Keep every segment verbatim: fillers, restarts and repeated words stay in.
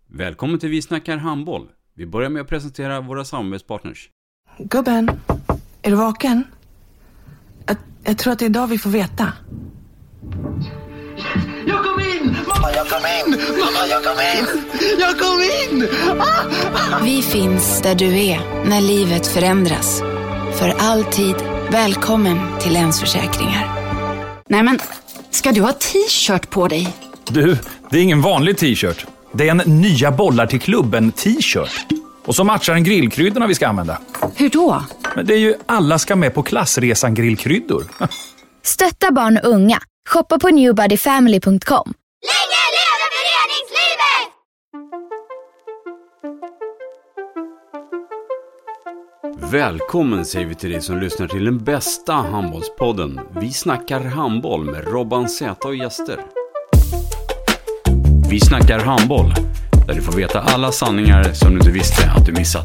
Välkommen till Vi snackar handboll. Vi börjar med att presentera våra samarbetspartners. Gubben, är du vaken? Jag, jag tror att det är idag vi får veta. Jag kom in! Mamma, jag kom in! Mamma, jag kom in! Jag kom in! Ah! Vi finns där du är när livet förändras. För alltid välkommen till Länsförsäkringar. Nej men, ska du ha t-shirt på dig? Du, det är ingen vanlig t-shirt. Det är en nya bollar till klubben t-shirt. Och så matchar den grillkryddorna vi ska använda. Hur då? Men det är ju alla ska med på klassresan grillkryddor. Stötta barn och unga. Shoppa på new body family punkt com. Länge leve föreningslivet! Välkommen säger vi till dig som lyssnar till den bästa handbollspodden. Vi snackar handboll med Robban Zäta och gäster. Vi snackar handboll, där du får veta alla sanningar som du inte visste att du missat.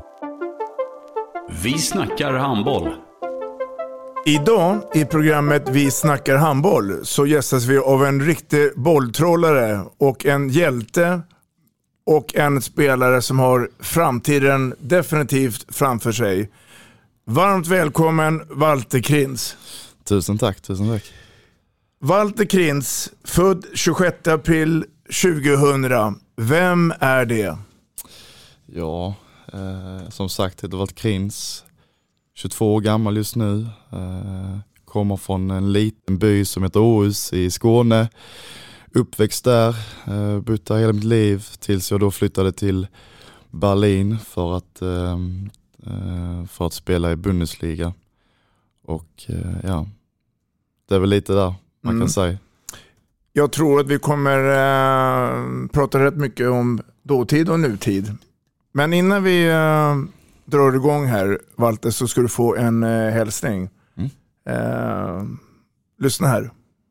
Vi snackar handboll. Idag i programmet Vi snackar handboll så gästas vi av en riktig bolltrollare och en hjälte och en spelare som har framtiden definitivt framför sig. Varmt välkommen Walter Krins. Tusen tack, tusen tack. Walter Krins, född tjugosjätte april tjugohundra. Vem är det? Ja, eh, som sagt heter Walter Krins. tjugotvå år gammal just nu. Eh, kommer från en liten by som heter Åhus i Skåne. Uppväxt där, eh, bott där hela mitt liv tills jag då flyttade till Berlin för att, eh, för att spela i Bundesliga. Och eh, ja, det är väl lite där man mm. kan säga. Jag tror att vi kommer eh, prata rätt mycket om dåtid och nutid. Men innan vi eh, drar igång här, Walter, så ska du få en eh, hälsning. Mm. Eh, lyssna här.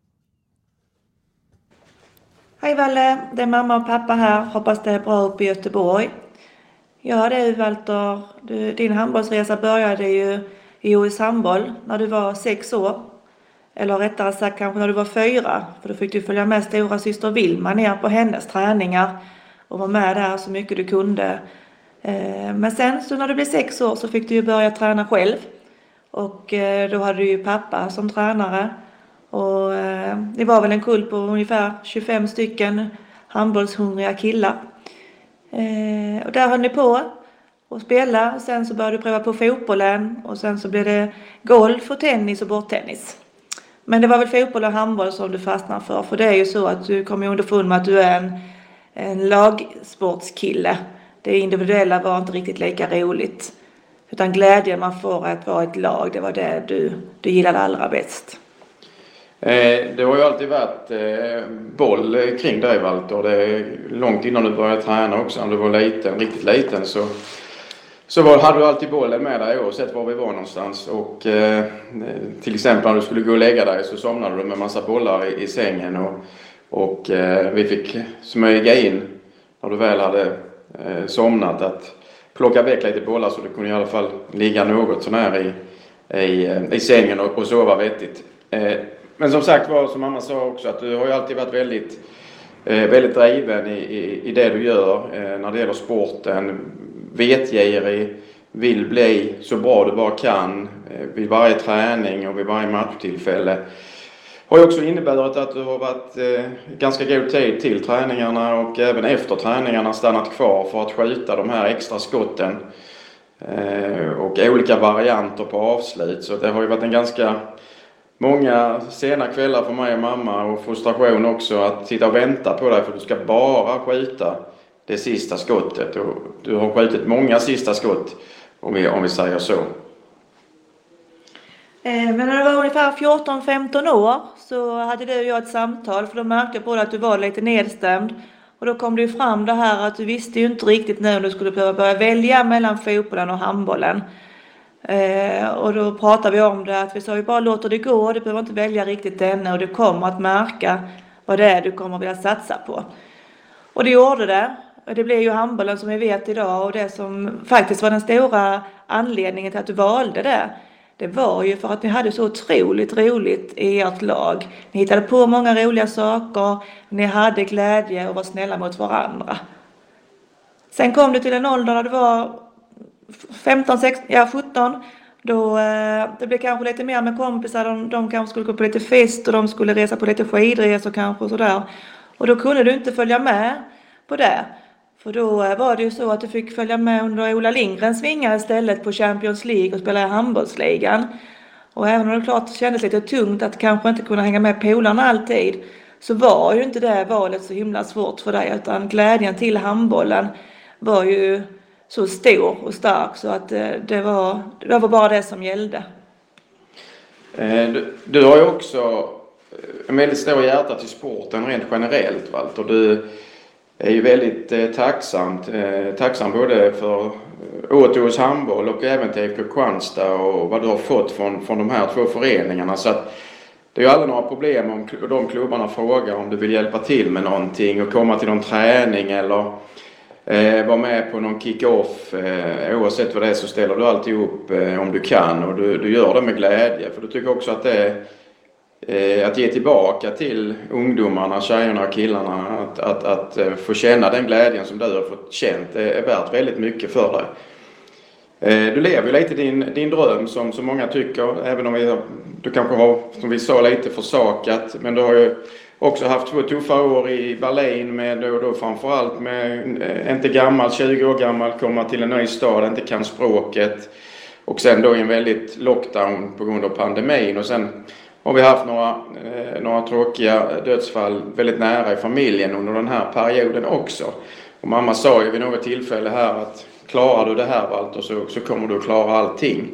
Hej Valle, det är mamma och pappa här. Hoppas det är bra uppe i Göteborg. Ja, det är Walter. Du, din handbollsresa började ju i O S handboll när du var sex år. Eller rättare sagt kanske när du var fyra. För då fick du följa med stora syster Vilma ner på hennes träningar. Och vara med där så mycket du kunde. Men sen så när du blev sex år så fick du ju börja träna själv. Och då hade du ju pappa som tränare. Och det var väl en kull på ungefär tjugofem stycken handbollshungriga killar. Och där höll ni på och spela. Och sen så började du pröva på fotbollen. Och sen så blev det golf och tennis och borttennis. Men det var väl fotboll och handboll som du fastnade för. För det är ju så att du kommer underfund med att du är en, en lagsportskille. Det individuella var inte riktigt lika roligt. Utan glädjen man får att vara ett lag, det var det du, du gillade allra bäst. Eh, det har ju alltid varit eh, boll kring dig, Walter. Det är långt innan du började träna också. När du var liten, riktigt liten så, så var, hade du alltid bollen med dig oavsett var vi var någonstans. Och eh, till exempel när du skulle gå och lägga dig så somnade du med massa bollar i, i sängen. Och, och eh, vi fick smyga in när du väl hade eh, somnat att plocka väck lite bollar så du kunde i alla fall ligga något sån här i, i, i sängen och, och sova vettigt. Eh, Men som sagt var, som mamma sa också, att du har ju alltid varit väldigt, eh, väldigt driven i, i, i det du gör eh, när det gäller sporten. Vetgirig, vill bli så bra du bara kan eh, vid varje träning och vid varje matchtillfälle. Har ju också inneburit att du har varit eh, ganska god tid till träningarna och även efter träningarna stannat kvar för att skjuta de här extra skotten. Eh, och olika varianter på avslut, så det har ju varit en ganska... Många sena kvällar för mig och mamma och frustration också att sitta och vänta på dig för du ska bara skjuta det sista skottet. Och du har skjutit många sista skott om vi, om vi säger så. Men när du var ungefär fjorton femton år så hade du och jag ett samtal, för då märkte jag på dig att du var lite nedstämd. Och då kom det ju fram det här att du visste ju inte riktigt när du skulle behöva börja välja mellan fotbollen och handbollen. Eh, och då pratade vi om det att vi sa ju bara låter det gå, du behöver inte välja riktigt ännu och du kommer att märka vad det är du kommer att vilja satsa på. Och det gjorde det. Och det blev ju handbollen som vi vet idag, och det som faktiskt var den stora anledningen till att du valde det, det var ju för att ni hade så otroligt roligt i ert lag. Ni hittade på många roliga saker, ni hade glädje och var snälla mot varandra. Sen kom du till en ålder där du var femton, sexton, ja sjutton. Då eh, det blev kanske lite mer med kompisar. De, de kanske skulle gå på lite fest och de skulle resa på lite skidresor kanske och sådär. Och då kunde du inte följa med på det. För då var det ju så att du fick följa med under Ola Lindgrens vingar istället på Champions League och spela i handbollsligan. Och även om det klart kändes lite tungt att kanske inte kunna hänga med polarna alltid, så var ju inte det valet så himla svårt för dig, utan glädjen till handbollen var ju så stor och stark så att det var, det var bara det som gällde. Du, du har ju också en väldigt stor hjärta till sporten rent generellt, Walter. Du är ju väldigt eh, tacksamt, eh, tacksam både för O T H:s handboll och även till I F K Kristianstad och vad du har fått från, från de här två föreningarna. Så att det är ju aldrig några problem om de klubbarna frågar om du vill hjälpa till med någonting och komma till någon träning eller eh, vara med på någon kick-off. Eh, oavsett vad det är så ställer du alltid upp eh, om du kan, och du, du gör det med glädje. För du tycker också att det är eh, att ge tillbaka till ungdomarna, tjejerna och killarna, att, att, att, att få känna den glädjen som du har fått känt. Det är värt väldigt mycket för dig. Du lever ju lite din, din dröm som så många tycker, även om vi, du kanske har, som vi sa, lite försakat. Men du har ju också haft två tuffa år i Berlin med då, då framförallt med inte gammal, tjugo år gammal, komma till en ny stad, inte kan språket. Och sen då i en väldigt lockdown på grund av pandemin. Och sen har vi haft några, eh, några tråkiga dödsfall väldigt nära i familjen under den här perioden också. Och mamma sa ju vid något tillfälle här att klarar du det här, Walter, så, så kommer du att klara allting.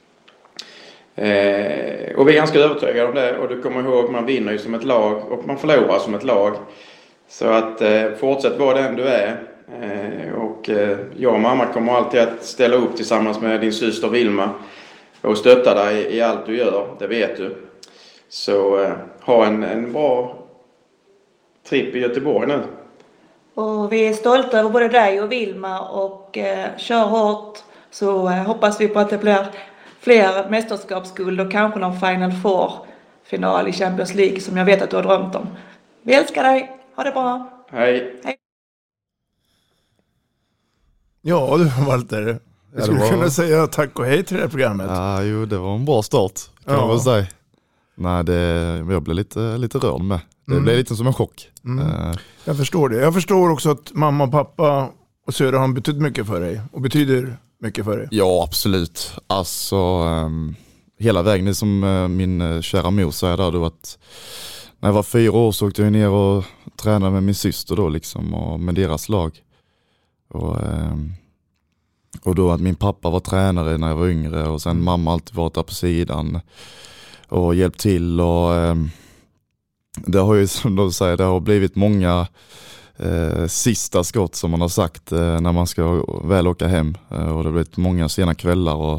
Eh, och vi är ganska övertygade om det. Och du kommer ihåg, man vinner ju som ett lag och man förlorar som ett lag. Så att eh, fortsätt vara den du är. Eh, och eh, jag och mamma kommer alltid att ställa upp tillsammans med din syster Vilma och stötta dig i, i allt du gör, det vet du. Så eh, ha en, en bra trip i Göteborg nu. Och vi är stolta över både dig och Vilma och eh, kör hårt, så eh, hoppas vi på att det blir fler mästerskapsguld och kanske någon Final Four-final i Champions League som jag vet att du har drömt om. Vi älskar dig, ha det bra. Hej. Hej. Ja du Walter, jag skulle ja, var... kunna säga tack och hej till det här programmet. Ja, jo, det var en bra start kan ja. man väl säga. Nej, det, jag blev lite, lite rörd med. Det mm. blev lite som en chock. Mm. Uh. Jag förstår det. Jag förstår också att mamma och pappa och Söder har betytt mycket för dig. Och betyder mycket för dig. Ja, absolut. Alltså, um, hela vägen, det som uh, min uh, kära mor säger där då, att när jag var fyra år så åkte jag ner och tränade med min syster då liksom, och med deras lag. Och, um, och då att min pappa var tränare när jag var yngre och sen mamma alltid varit där på sidan och hjälpt till. Och um, det har ju, som de säger, det har blivit många eh, sista skott som man har sagt eh, när man ska väl åka hem. Eh, och det har blivit många sena kvällar. Och,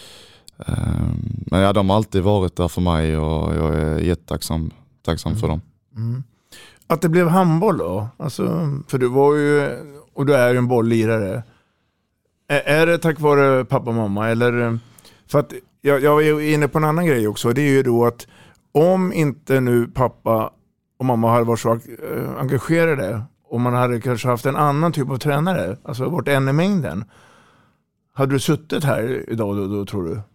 eh, men ja, de har alltid varit där för mig och jag är jättetacksam tacksam mm. för dem. Mm. Att det blev handboll då? Alltså, för du var ju, och du är ju en bolllirare. Är, är det tack vare pappa och mamma? Eller, för att jag, jag är inne på en annan grej också. Det är ju då att om inte nu pappa och mamma hade varit så engagerade och man hade kanske haft en annan typ av tränare, alltså varit en i mängden, hade du suttit här idag då, då tror du?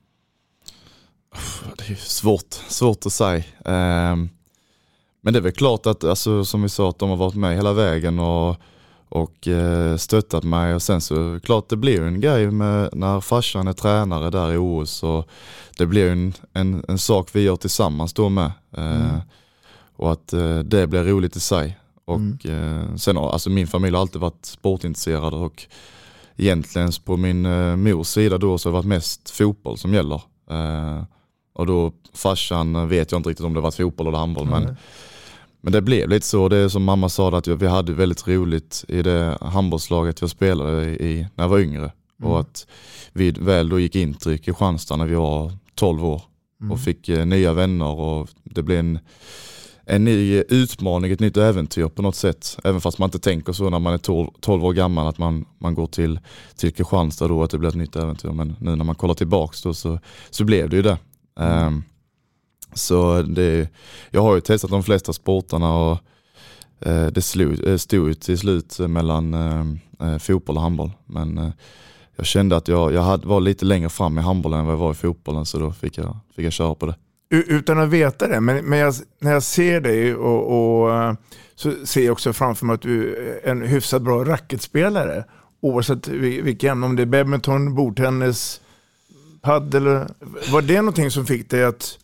Det är ju svårt, svårt att säga. Um, men det är väl klart att, alltså, som vi sa, att de har varit med hela vägen och, och uh, stöttat mig. Och sen så klart det blir en grej med när farsan är tränare där i O S, och det blir en, en, en sak vi gör tillsammans då med. Uh, mm. Och att uh, det blir roligt i sig. Och mm. uh, sen alltså min familj har alltid varit sportintresserad, och egentligen på min uh, mors sida då så har det varit mest fotboll som gäller. Uh, och då farsan vet jag inte riktigt om det var fotboll eller handboll, mm. men, men det blev lite så. Det är som mamma sa, att vi hade väldigt roligt i det handbollslaget jag spelade i när jag var yngre. Mm. Och att vi väl då gick in till Kristianstad när vi var tolv år mm. och fick uh, nya vänner, och det blev en, en ny utmaning, ett nytt äventyr på något sätt. Även fast man inte tänker så när man är tolv, tolv år gammal, att man, man går till, till Kristianstad då, att det blir ett nytt äventyr. Men nu när man kollar tillbaks då, så, så blev det ju det. Mm. Um, så det, jag har ju testat de flesta sporterna, och eh, det slog, stod ut till slut mellan eh, fotboll och handboll. Men eh, jag kände att jag, jag hade, var lite längre fram i handbollen än vad jag var i fotbollen, så då fick jag, fick jag köra på det. Utan att veta det, men, men jag, när jag ser dig och, och så ser jag också framför mig att du är en hyfsat bra racketspelare. Oavsett vilken, om det är badminton, bordtennis, paddel. Var det någonting som fick dig att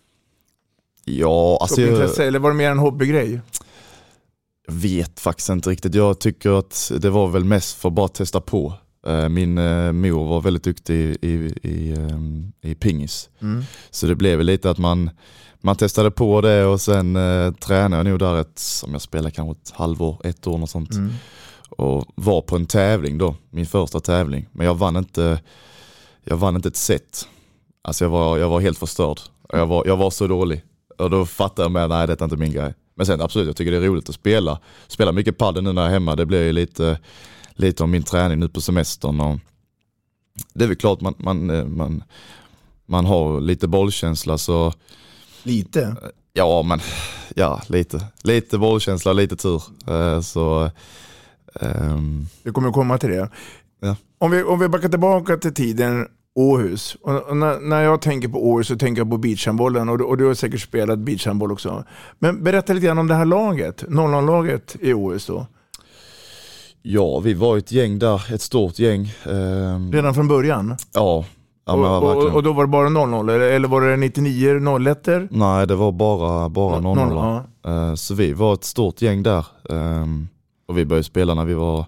ja, alltså jag, intresse, eller var det mer en hobbygrej? Jag vet faktiskt inte riktigt. Jag tycker att det var väl mest för att bara testa på. Min eh, mor var väldigt duktig i, i, i, um, i pingis. Mm. Så det blev lite att man, man testade på det och sen eh, tränade jag nog där ett, som jag spelade kanske ett halvår, ett år och sånt. Mm. Och var på en tävling då, min första tävling. Men jag vann inte, jag vann inte ett set. Alltså jag var, jag var helt förstörd. Jag var, jag var så dålig. Och då fattade jag med, nej, detta är inte min grej. Men sen absolut, jag tycker det är roligt att spela. Spela mycket padel nu när jag är hemma. Det blir ju lite, lite om min träning nu på semestern. Och det är väl klart man, man, man, man har lite bollkänsla. Så lite? Ja, men ja, lite. Lite bollkänsla, lite tur. Så um, vi kommer komma till det. Ja. Om vi, om vi backar tillbaka till tiden Åhus. Och, och när, när jag tänker på Åhus så tänker jag på beachhandbollen, och, och du har säkert spelat beachhandboll också. Men berätta lite grann om det här laget, noll noll-laget i Åhus då. Ja, vi var ett gäng där, ett stort gäng. Um, Redan från början? Ja. ja och, och, och då var det bara noll noll, eller var det nittionio noll ett? Nej, det var bara, bara noll noll. Ja. Uh, så vi var ett stort gäng där. Um, och vi började spela när vi var...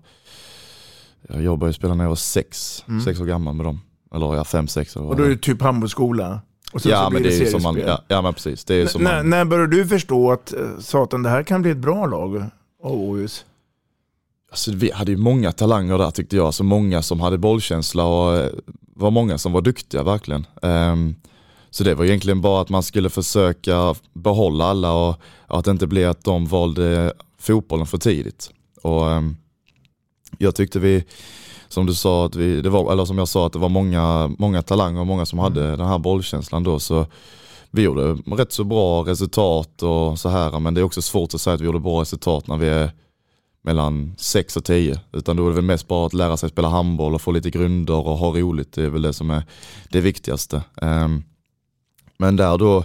Jag började spela när jag var sex, mm. sex år gammal med dem. Eller ja, fem, sex år. Och då är det typ handbollsskola? Och ja, men det, det är ju som man, ja, ja, men precis. Det är N- som när, man... när började du förstå att satan, det här kan bli ett bra lag av Åhus? Alltså, vi hade ju många talanger där tyckte jag. Så många som hade bollkänsla och var många som var duktiga verkligen. Um, så det var egentligen bara att man skulle försöka behålla alla och att det inte blev att de valde fotbollen för tidigt. Och um, jag tyckte vi, som du sa, att vi, det var, eller som jag sa, att det var många, många talanger och många som hade mm. den här bollkänslan då, så vi gjorde rätt så bra resultat och så här, men det är också svårt att säga att vi gjorde bra resultat när vi är mellan sex och tio, utan då är det väl mest bara att lära sig spela handboll och få lite grunder och ha roligt, det är väl det som är det viktigaste. Um, men där då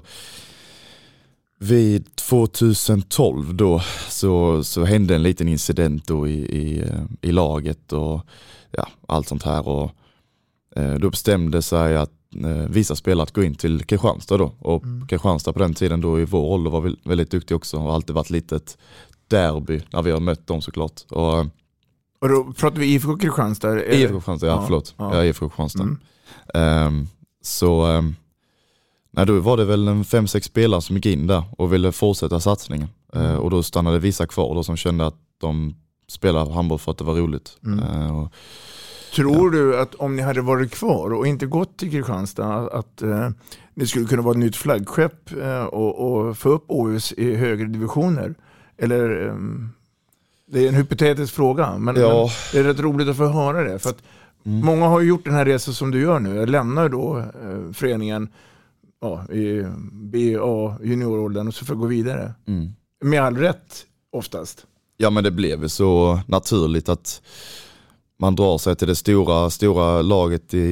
vid tjugohundratolv då så, så hände en liten incident då i, i, i laget och ja, allt sånt här, och eh, då bestämde sig att eh, vissa spelare att gå in till Kristianstad då, och mm. Kristianstad på den tiden då i vår ålder var väldigt duktig också och alltid varit lite ett derby när vi har mött dem såklart. Och, och då pratar vi I F K Kristianstad? I F K Kristianstad, ja, ja förlåt. Ja. Ja, I F K Kristianstad. Mm. Um, så um, nej, då var det väl en fem, sex spelare som gick in där och ville fortsätta satsningen. Mm. Uh, och då stannade vissa kvar då som kände att de spelade handboll för att det var roligt. Mm. Uh, och, Tror ja. du att om ni hade varit kvar och inte gått till Kristianstad att uh, ni skulle kunna vara ett nytt flaggskepp uh, och, och få upp Åhus i högre divisioner? Eller um, det är en hypotetisk fråga, men, ja. men det är rätt roligt att få höra det. För att mm. många har ju gjort den här resan som du gör nu. Jag lämnar då uh, föreningen ja, i B A junioråldern och så får gå vidare. Mm. Med all rätt oftast. Ja, men det blev så naturligt att man drar sig till det stora, stora laget i,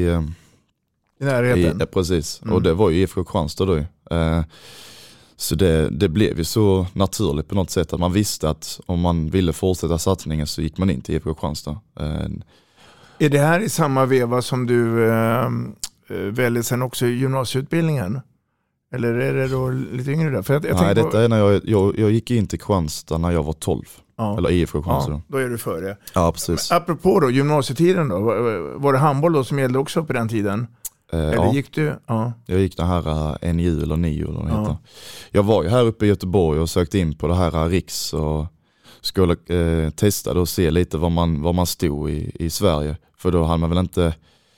i närheten. I, precis, mm. och det var ju I F K Kristianstad då. Eh, så det, det blev ju så naturligt på något sätt att man visste att om man ville fortsätta satsningen så gick man in till I F K Kristianstad. Eh, är det här i samma veva som du eh, väljer sen också i gymnasieutbildningen? Eller är det då lite yngre där? För jag, jag Nej, detta på... är när jag, jag, jag gick in till Kristianstad när jag var tolv. Ja. Eller I F K Kristianstad. Ja, då är du före. Ja, precis. Men apropå då, gymnasietiden då. Var det handboll då som gällde också på den tiden? Eh, eller ja. gick du? Ja. Jag gick den här N I U eller N I U eller vad det heter. Jag var ju här uppe i Göteborg och sökte in på det här Riks och skulle eh, testa och se lite var man, var man stod i, i Sverige. För då hade man väl inte...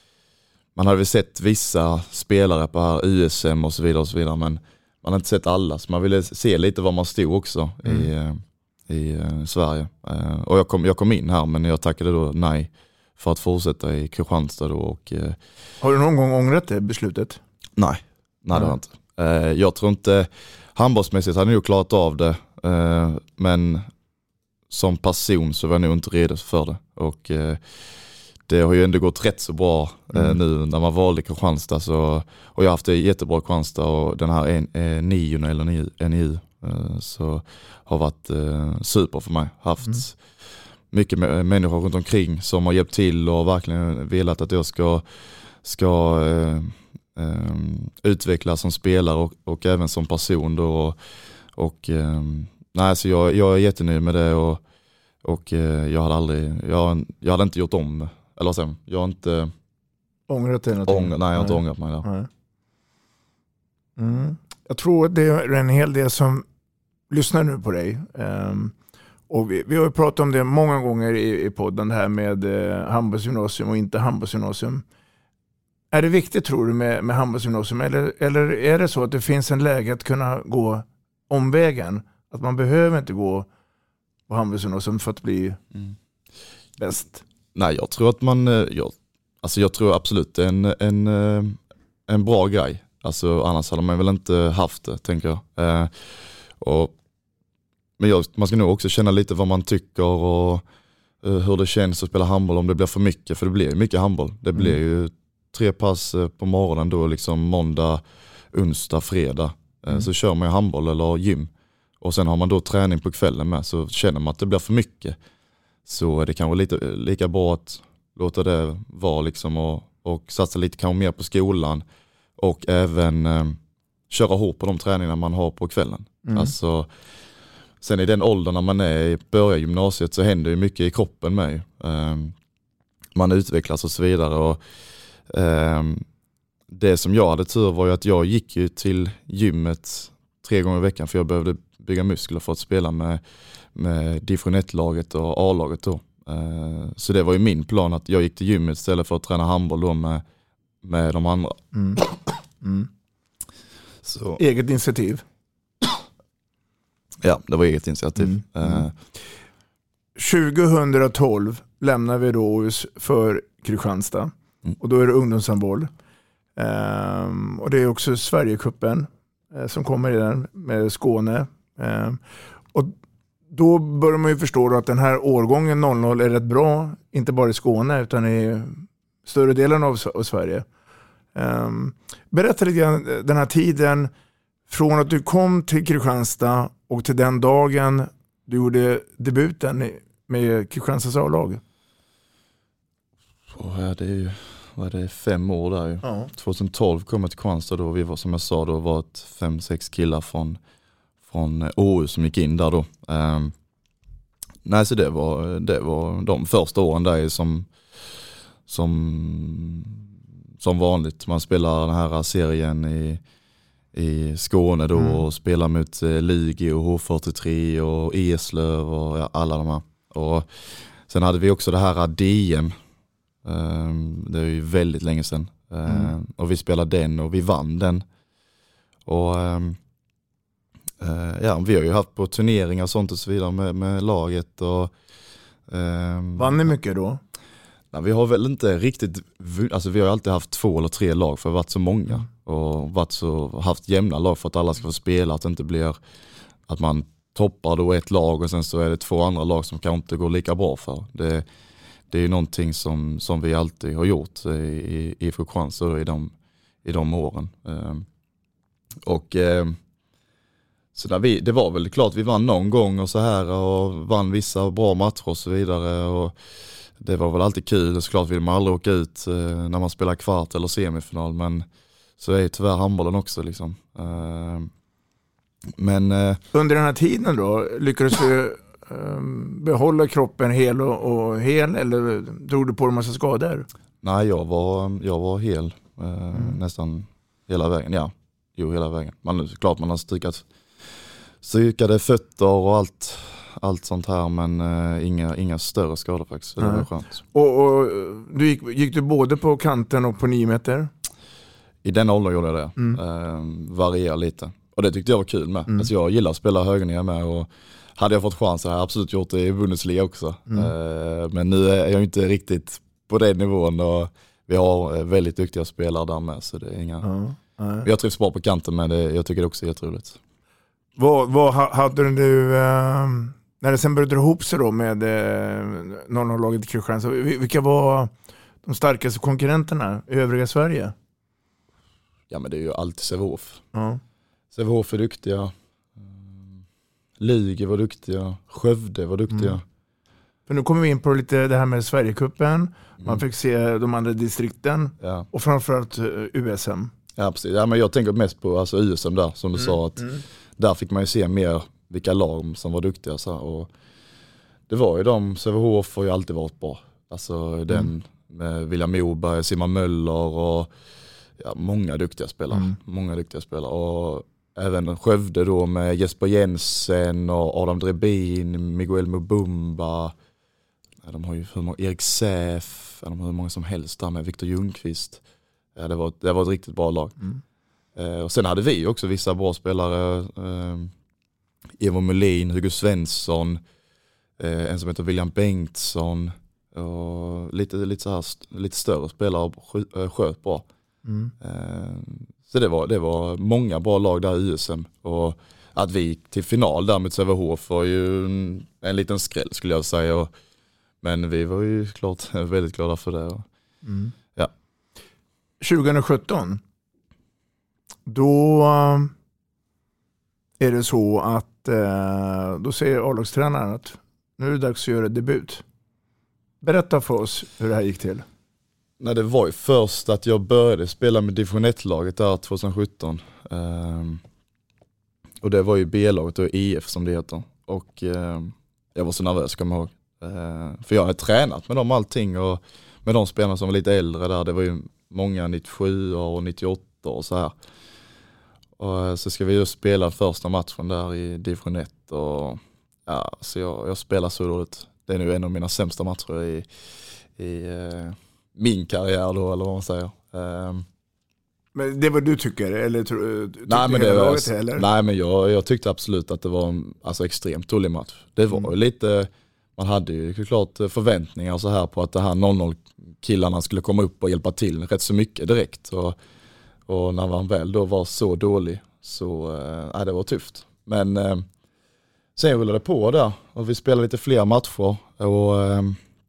Man hade väl sett vissa spelare på här U S M och så vidare och så vidare, men man hade inte sett alla, så man ville se lite var man stod också mm. i, i uh, Sverige. Uh, och jag kom, jag kom in här, men jag tackade då nej för att fortsätta i Kristianstad då. Och, uh, har du någon gång ångrat det beslutet? Nej, nej, det har jag inte. Uh, jag tror inte, handbollsmässigt hade jag nog klarat av det, uh, men som person så var jag nog inte redo för det. Och eh, det har ju ändå gått rätt så bra eh, mm. nu när man valde Kristianstad. Så, och jag har haft det jättebra i Kristianstad och den här en, eh, nion eller N I U eh, så har varit eh, super för mig. Haft mm. mycket människor runt omkring som har hjälpt till och verkligen velat att jag ska, ska eh, eh, utvecklas som spelare och, och även som person då. Och, och eh, nej, så jag, jag är jättenöjd med det och, och eh, jag hade aldrig jag, jag hade inte gjort om eller sen, jag har inte ångrat det någonting. Ång, nej, jag har inte ångrat mig där. Mm. Jag tror att det är en hel del som lyssnar nu på dig. Um, och vi, vi har ju pratat om det många gånger i, i podden här med eh, handbollsgymnasium och inte handbollsgymnasium. Är det viktigt tror du med, med handbollsgymnasium eller, eller är det så att det finns en läge att kunna gå omvägen? Att man behöver inte gå på handbollsgymnasium för att bli mm. bäst? Nej, jag tror att man, jag, alltså jag tror absolut det är en, en, en bra grej. Alltså annars hade man väl inte haft det, tänker jag. Eh, och, men jag, man ska nog också känna lite vad man tycker och uh, hur det känns att spela handboll om det blir för mycket. För det blir ju mycket handboll. Det blir mm. ju tre pass på morgonen då, liksom måndag, onsdag, fredag. Eh, mm. Så kör man ju handboll eller gym. Och sen har man då träning på kvällen med, så känner man att det blir för mycket. Så är det kanske lite, lika bra att låta det vara liksom och, och satsa lite kanske mer på skolan och även eh, köra hårt på de träningar man har på kvällen. Mm. Alltså, sen i den åldern när man är i börjar gymnasiet så händer ju mycket i kroppen med. Eh, man utvecklas och så vidare. Och, eh, det som jag hade tur var ju att jag gick ju till gymmet tre gånger i veckan för jag behövde bygga muskler för att spela med med division ett-laget och A-laget då. Uh, så det var ju min plan att jag gick till gymmet istället för att träna handboll då med, med de andra. Mm. Mm. Så. Eget initiativ? Ja, det var eget initiativ. Mm. Mm. Uh. tjugohundratolv lämnar vi då för Kristianstad mm. och då är det ungdomshandboll. Um, och det är också Sverigecupen uh, som kommer i den med Skåne. Um, och då börjar man ju förstå att den här årgången noll noll är rätt bra, inte bara i Skåne utan i större delen av, av Sverige. Um, berätta lite grann den här tiden från att du kom till Kristianstad och till den dagen du gjorde debuten med Kristianstads A-lag. Oh, ja, det är ju vad är det, fem år där ju. Ja. tjugohundratolv kom jag till Kristianstad då. Vi var, som jag sa, då var ett fem, sex killar från från Åhus som gick in där då. Um, nej, så det var, det var de första åren där som, som, som vanligt. Man spelar den här serien i, i Skåne då mm. och spelar mot eh, Lugi och H fyrtiotre och Eslöv och ja, alla de här. Och sen hade vi också det här D M. Um, det är ju väldigt länge sedan. Um, mm. Och vi spelade den och vi vann den. Och um, Uh, ja, vi har ju haft på turneringar och sånt och så vidare med, med laget. Och, um, vann ni mycket då? Nej, vi har väl inte riktigt, alltså vi har alltid haft två eller tre lag för att ha varit så många. Och varit så, haft jämna lag för att alla ska få spela. Att det inte blir att man toppar då ett lag och sen så är det två andra lag som kanske inte går lika bra för. Det, det är ju någonting som, som vi alltid har gjort i, i Kristianstad i de, i de åren. Um, och um, Så där vi, det var väl klart vi vann någon gång och så här och vann vissa bra matcher och så vidare och det var väl alltid kul. Såklart vill man aldrig åka ut eh, när man spelar kvart eller semifinal, men så är tyvärr handbollen också liksom. Eh, men eh, under den här tiden då lyckades du eh, behålla kroppen hel och, och hel eller drog du på en massa skador? Nej, jag var, jag var hel eh, mm. nästan hela vägen. Ja, jo hela vägen. Man, klart man har stykat Psykade fötter och allt, allt sånt här, men uh, inga, inga större skador faktiskt. Det var skönt. Och, och du gick, gick du både på kanten och på nio meter? I den åldern gjorde jag det. Mm. Uh, varierar lite. Och det tyckte jag var kul med. Mm. Alltså jag gillar att spela högernia med och hade jag fått chans så hade jag absolut gjort det i Bundesliga också. Mm. Uh, men nu är jag inte riktigt på den nivån och vi har väldigt duktiga spelare där med, så det är inga... Mm. Mm. Jag trivs bra på kanten, men det, jag tycker det också är jätteroligt. Vad, vad hade du, äh, När det sen började dra ihop sig då med eh, noll noll-laget i Kristianstad, vilka var de starkaste konkurrenterna i övriga Sverige? Ja, men det är ju alltid Sävehof. Ja. Sävehof är duktiga. Lugi var duktiga. Skövde var duktiga. Mm. För nu kommer vi in på lite det här med Sverigecupen. Mm. Man fick se de andra distrikten. Ja. Och framförallt U S M. Ja, precis. Ja, men jag tänker mest på alltså, U S M där, som du mm. sa. Att mm. Där fick man ju se mer vilka lag som var duktiga. Så här. Och det var ju de, Sävehof har ju alltid varit bra. Alltså den mm. med William Moberg, Simon Möller och ja, många duktiga spelare. Mm. Många duktiga spelare. Och även Skövde då med Jesper Jensen och Adam Drebin, Miguel Mubumba. Ja, de har ju hur många, Erik Säf, de har hur många som helst där med Viktor Ljungqvist. Ja, det, var, det var ett riktigt bra lag. Mm. Eh, och sen hade vi också vissa bra spelare. Eh, Evo Molin, Hugo Svensson, eh, en som heter William Bengtsson. Och lite, lite, så här, lite större spelare sköt bra. Mm. Eh, så det var, det var många bra lag där i U S M. Och att vi gick till final där med Sävehof var ju en, en liten skräll skulle jag säga. Och, men vi var ju klart väldigt glada för det. Mm. Ja. tjugo sjutton då är det så att eh, då säger A-lagstränaren att nu är det dags att göra debut. Berätta för oss hur det här gick till. Nej, det var ju först att jag började spela med division ett-laget där tjugo-sjutton. Um, och det var ju B-laget och I F som det heter. Och um, jag var så nervös, kommer jag ihåg. Uh, för jag hade tränat med dem allting och med de spelarna som var lite äldre där. Det var ju många nittiosju och nittioåtta och så här. Och så ska vi ju spela första matchen där i division ett. Och ja, så jag, jag spelar så dåligt. Det är nu en av mina sämsta matcher i... i uh, min karriär då, eller vad man säger. Um, men det var du tycker? Eller tyckte nej, men det var, laget, eller? Nej, men jag, jag tyckte absolut att det var en alltså, extremt dålig match. Det var mm. ju lite, man hade ju klart förväntningar så här på att det här noll noll-killarna skulle komma upp och hjälpa till rätt så mycket direkt. Och, och när man väl då var så dålig så äh, det var tufft. Men äh, sen rullade det på där och vi spelade lite fler matcher och äh,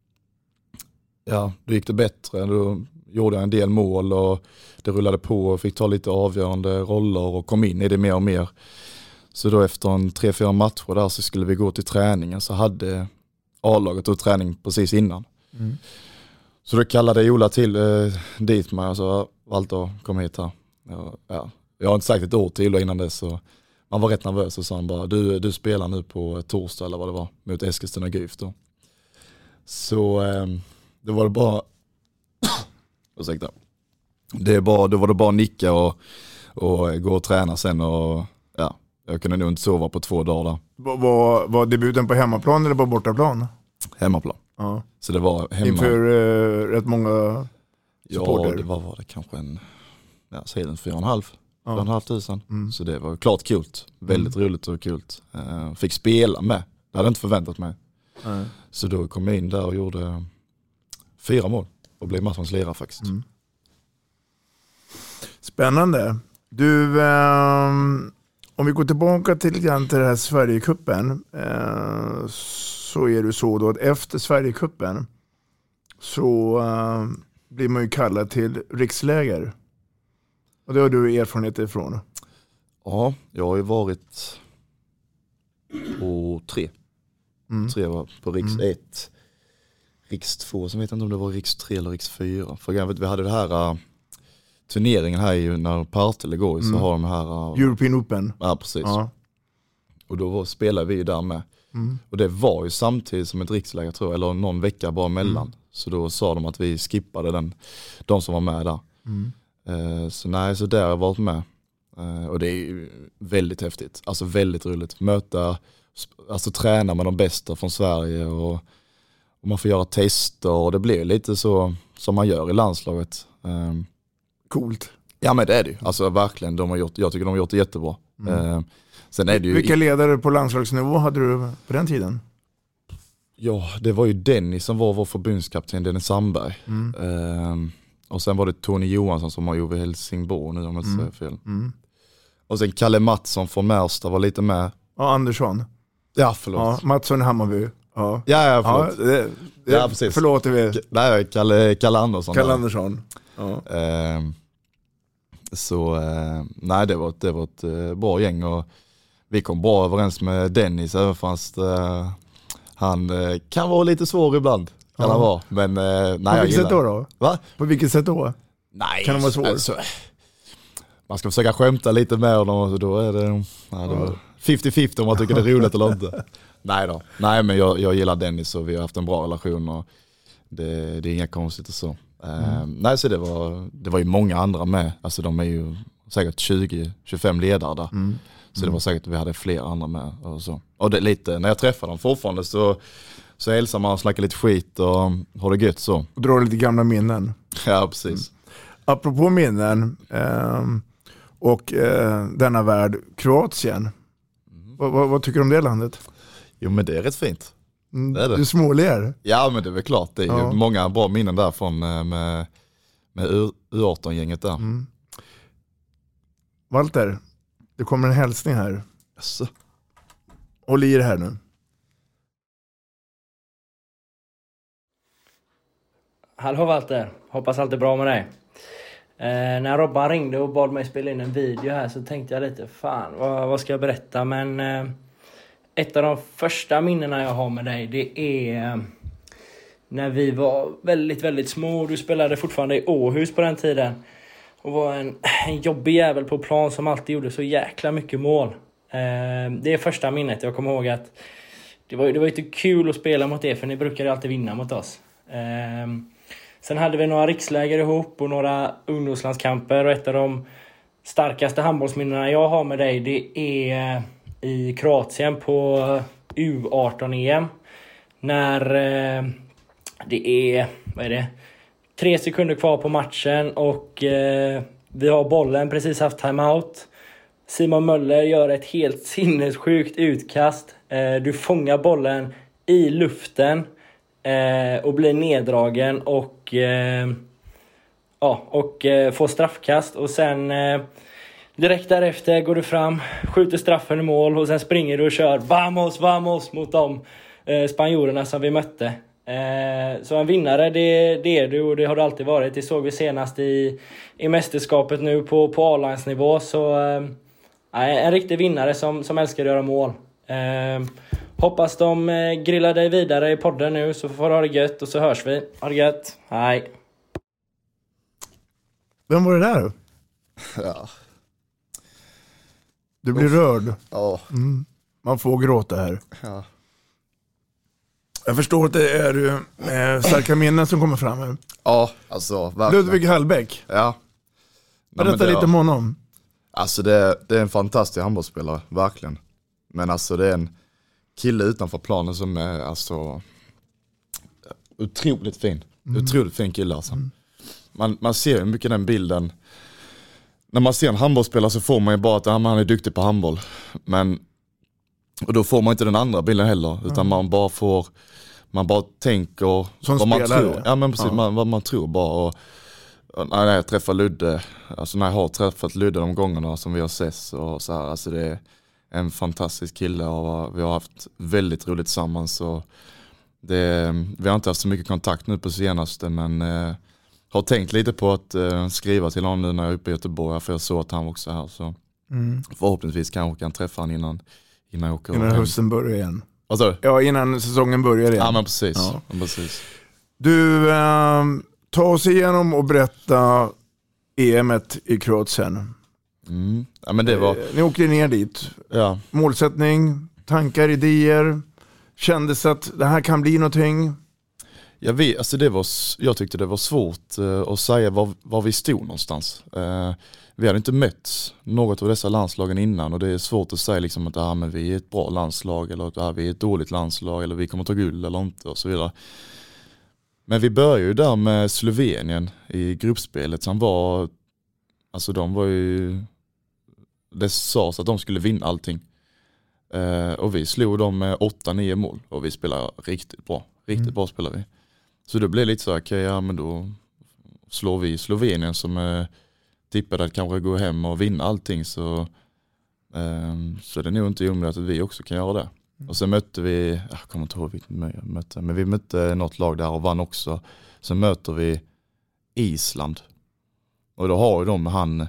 ja, då gick det bättre. Då gjorde jag en del mål och det rullade på och fick ta lite avgörande roller och kom in i det mer och mer. Så då efter en tre, fyra matcher där så skulle vi gå till träningen, så hade A-laget och träning precis innan. Mm. Så då kallade Ola till eh, dit mig och sa, Walter, kom hit här. Ja, ja. Jag har inte sagt ett ord till Ola innan dess, så man var rätt nervös och sa han bara, du, du spelar nu på torsdag eller vad det var, mot Eskilstuna Guif då. Så... Eh, Det var det bara ursäkta. Det är bara då var det bara nicka och och gå och träna sen och ja, jag kunde nog inte sova på två dagar där. Var, var debuten på hemmaplan eller på bortaplan? Hemmaplan. Ja. Så det var hemma. Inför uh, rätt många supporter. Ja, det var, var det kanske en ja, säg fyra och en halv. Ja. fyra och en halv tusen. Mm. Så det var klart kul. Väldigt mm. roligt och kul. Uh, fick spela med. Det hade jag inte förväntat mig. Mm. Så då kom jag in där och gjorde fyra mål och blev matchens lirare faktiskt. Mm. Spännande. Du, eh, om vi går tillbaka till grann till det här Sverigecupen eh, så är det så då att efter Sverigecupen så eh, blir man ju kallad till riksläger. Och det har du erfarenhet ifrån. Ja, jag har ju varit på tre. Mm. Tre var på riks mm. ett. Riks två, som vet inte om det var riks tre eller riks fyra. För vi hade det här uh, turneringen här ju när Partille går mm. så har de här... Uh, European Open. Ja, precis. Ja. Och då spelade vi ju där med. Mm. Och det var ju samtidigt som ett riksläger tror jag, eller någon vecka bara mellan. Mm. Så då sa de att vi skippade den, de som var med där. Mm. Uh, så nej, så där har jag varit med. Uh, och det är ju väldigt häftigt. Alltså väldigt roligt. Möta, alltså träna med de bästa från Sverige och... Och man får göra tester och det blir lite så som man gör i landslaget. Um, Coolt. Ja, men det är det ju. Alltså verkligen, de har gjort, jag tycker de har gjort det jättebra. Mm. Um, sen är det ju Vilka ledare på landslagsnivå hade du på den tiden? Ja, det var ju Dennis som var vår förbundskapten, Dennis Sandberg. Mm. Um, och sen var det Tony Johansson som har gjort i Helsingborg nu om jag inte säger fel. Mm. Och sen Kalle Mattsson från Märsta var lite med. Ja, Andersson. Ja, förlåt. Ja, Mattsson i Hammarby. Ja, ja, ja förlåt. Ja, det, det, ja, precis. Förlåter vi. Nej, Kalle, Kalle Andersson. Kalle Andersson. Ja. Eh, så, eh, nej det var, det var ett eh, bra gäng och vi kom bra överens med Dennis, även fast eh, han eh, kan vara lite svår ibland. Kan ja. han vara. Men, eh, nej, på vilket sätt då? då? Va? På vilket sätt då? Nej, kan de vara svår? Alltså, man ska försöka skämta lite med honom och då är det, nej, det var fifty fifty om man tycker det är roligt eller inte. Nej då. Nej, men jag, jag gillar Dennis och vi har haft en bra relation och det, det är inga konstigt och så. Mm. Uh, nej, så det var, det var ju många andra med. Alltså de är ju säkert tjugo till tjugofem ledare där. Mm. Så det var säkert att vi hade fler andra med och så. Och det lite, när jag träffar dem fortfarande så, så hälsar man och snackar lite skit och har det gött så. Och drar lite gamla minnen. Ja, precis. Mm. Apropå minnen eh, och eh, denna värld, Kroatien. Mm. Vad, vad, vad tycker du om det landet? Jo, men det är rätt fint. Mm, det är det. Du småler. Ja, men det är väl klart. Det är ja. ju många bra minnen där från med, med U arton-gänget där. Mm. Walter, det kommer en hälsning här. Yes. Håll i det här nu. Hallå Walter, hoppas allt är bra med dig. Eh, när Robban ringde och bad mig spela in en video här så tänkte jag lite, fan vad, vad ska jag berätta? Men eh, ett av de första minnena jag har med dig, det är eh, när vi var väldigt, väldigt små. Du spelade fortfarande i Åhus på den tiden. Och var en, en jobbig jävel på plan som alltid gjorde så jäkla mycket mål. Eh, det är första minnet. Jag kommer ihåg att det var, det var inte kul att spela mot er, för ni brukade alltid vinna mot oss. Eh, sen hade vi några riksläger ihop och några ungdomslandskamper. Och ett av de starkaste handbollsminnena jag har med dig, det är i Kroatien på U arton-E M. När eh, det är, vad är det? Tre sekunder kvar på matchen och eh, vi har bollen, precis haft timeout. Simon Möller gör ett helt sinnessjukt utkast. Eh, du fångar bollen i luften eh, och blir neddragen och, eh, ja, och eh, får straffkast. Och sen eh, direkt därefter går du fram, skjuter straffen i mål och sen springer du och kör vamos, vamos mot de eh, spanjorerna som vi mötte. Så en vinnare, det, det är du och det har du alltid varit. Det såg vi senast i, i mästerskapet nu på, på A-lagsnivå. Så äh, en riktig vinnare som, som älskar att göra mål. Äh, hoppas de grillar dig vidare i podden nu, så får du ha det gött och så hörs vi. Ha det gött, hej. Vem var det där? Ja. Du blir rörd. Ja. Mm. Man får gråta här. Ja. Jag förstår att det är eh, starka minnen som kommer fram här. Ja, alltså verkligen. Ludvig Hallbäck. Ja. Berätta lite om honom. Alltså det, det är en fantastisk handbollsspelare, verkligen. Men alltså det är en kille utanför planen som är alltså otroligt fin. Mm. Otroligt fin kille alltså. Mm. Man, man ser ju mycket den bilden. När man ser en handbollsspelare så får man ju bara att han är duktig på handboll. Men och då får man inte den andra bilden heller, utan mm. man bara får, man bara tänker som vad man spelare. tror. Ja, men precis, ja. man, vad man tror bara. Och, och när jag träffar Ludde, alltså när jag har träffat Ludde de gångerna som vi har ses och så här, alltså det är en fantastisk kille och vi har haft väldigt roligt tillsammans. Och det, vi har inte haft så mycket kontakt nu på senaste, men eh, har tänkt lite på att eh, skriva till honom nu när jag är uppe i Göteborg, för jag såg att han också är här. Så mm. förhoppningsvis kanske kan träffa honom innan Innan, jag innan hösten börjar igen. Vad sa du? Ja, innan säsongen börjar igen. Ja, men precis. Ja. Ja, precis. Du, äh, ta oss igenom och berätta E M-et i Kroatien. Mm. Ja, men det var... Ni åkte ner dit. Ja. Målsättning, tankar, idéer. Kändes att det här kan bli någonting? Ja, vi, alltså det var, jag tyckte det var svårt uh, att säga var, var vi stod någonstans. Uh, vi hade inte mött något av dessa landslagen innan och det är svårt att säga liksom att ah, men vi är ett bra landslag eller att ah, vi är ett dåligt landslag eller vi kommer ta guld eller inte och så vidare. Men vi började ju där med Slovenien i gruppspelet som var, alltså de var ju, det sades att de skulle vinna allting. Uh, och vi slog dem med åtta nio mål och vi spelade riktigt bra. Riktigt mm. bra spelar vi. Så det blev lite så här, okej, okay, ja men då slår vi Slovenien som är tippade att kanske gå hem och vinna allting, så, eh, så det är nog inte omöjligt att vi också kan göra det. Och sen mötte vi, jag kommer inte ihåg vilket vi mötte, men vi mötte något lag där och vann också. Sen möter vi Island. Och då har ju de han,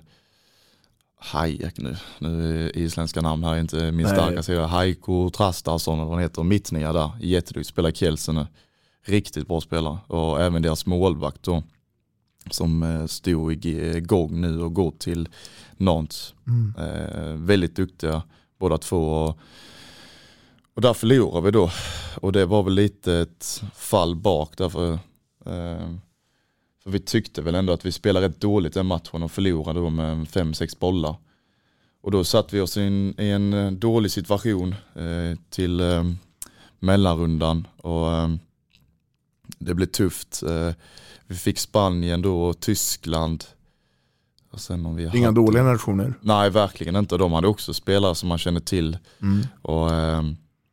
Hayek nu, nu är isländska namn här, inte min starka sida, Heiko Trastarsson eller vad han heter, mittnia där, jätteduktig, spelar i Kielce nu. Riktigt bra spelare. Och även deras målvakt då, som stod igång nu och går till Nantes. Mm. Eh, väldigt duktiga båda två. Och, och där förlorade vi då. Och det var väl lite ett fall bak därför. Eh, för vi tyckte väl ändå att vi spelade rätt dåligt den matchen och förlorade då med fem sex bollar. Och då satt vi oss i en, i en dålig situation eh, till eh, mellanrundan. Och eh, det blev tufft. Eh, vi fick Spanien då och Tyskland. Och sen om vi Inga hade... dåliga nationer. Nej, verkligen inte. De hade också spelare som man känner till. Mm. Och, eh,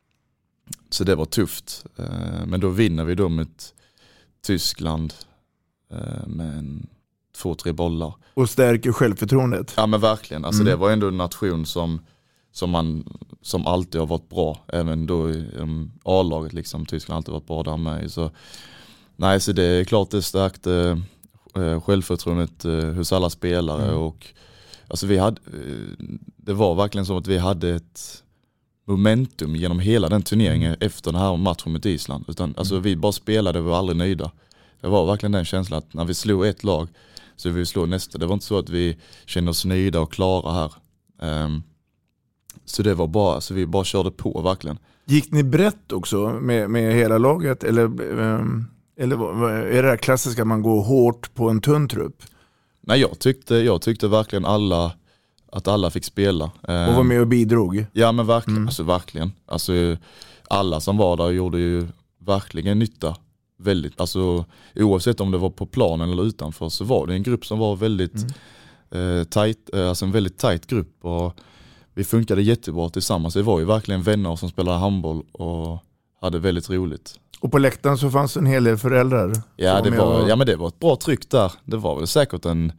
så det var tufft. Eh, men då vinner vi då mot Tyskland eh, med en, två, tre bollar. Och stärker självförtroendet. Ja, men verkligen. Alltså, mm. det var ändå en nation som, som, man, som alltid har varit bra. Även då i um, A-laget. Liksom. Tyskland har alltid varit bra där med. Så, nej, så det är klart det stärkte eh, självförtroendet eh, hos alla spelare. Mm. Och, alltså, vi hade, eh, det var verkligen som att vi hade ett momentum genom hela den turneringen mm. efter den här matchen mot Island. Utan, alltså, mm. vi bara spelade och var aldrig nöjda. Det var verkligen den känslan att när vi slog ett lag så vi slog nästa. Det var inte så att vi kände oss nöjda och klara här. Um, så det var bara, så vi bara körde på verkligen. Gick ni brett också med, med hela laget? Eller, um, eller är det här klassiska att man går hårt på en tunn trupp? Nej, jag tyckte, jag tyckte verkligen alla, att alla fick spela. Um, och var med och bidrog? Ja, men verkligen. Mm. Alltså, verkligen. Alltså, alla som var där gjorde ju verkligen nytta. Väldigt, alltså, oavsett om det var på planen eller utanför så var det en grupp som var väldigt mm. eh, tight, eh, alltså en väldigt tight grupp och vi funkade jättebra tillsammans. Det var ju verkligen vänner som spelade handboll och hade väldigt roligt. Och på läktaren så fanns en hel del föräldrar? Ja, det var, och... ja men det var ett bra tryck där. Det var väl säkert en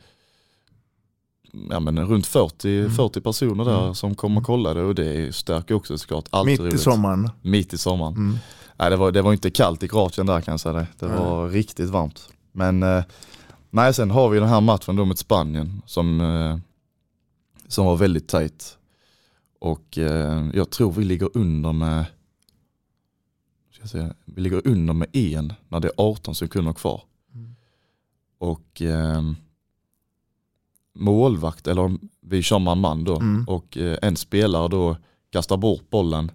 ja, men runt fyrtio, mm. fyrtio personer där mm. som kom och kollade och det stärker också såklart. Alltid Mitt roligt. i sommaren? Mitt i sommaren. Mm. Nej, det var, det var inte kallt i Kroatien där kan jag säga det. Det mm. var riktigt varmt. Men eh, nej, sen har vi den här matchen då mot Spanien som, eh, som var väldigt tajt. Och eh, jag tror vi ligger under med ska jag säga, vi ligger under med en när det är arton sekunder kvar. Mm. Och eh, målvakt, eller vi kör man man då mm. och eh, en spelare då kastar bort bollen.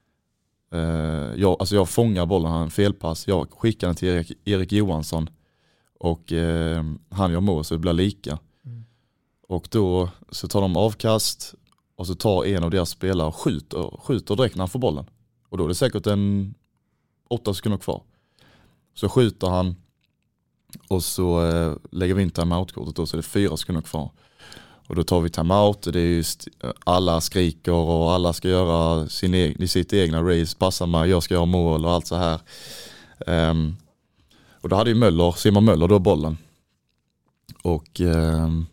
Uh, jag, alltså jag fångar bollen, han har en felpass. Jag skickar den till Erik, Erik Johansson och uh, han gör mål så det blir lika. Mm. Och då så tar de avkast och så tar en av deras spelare och skjuter, skjuter direkt när han får bollen. Och då är det säkert en åtta sekunder kvar. Så skjuter han och så uh, lägger vi in timeout-kortet och så är det fyra sekunder kvar. Och då tar vi timeout, det är just, alla skriker och alla ska göra sin egen, sitt egna race, passa mig, jag ska göra mål och allt så här. Um, och då hade ju Möller, Simon Möller då bollen. Och um,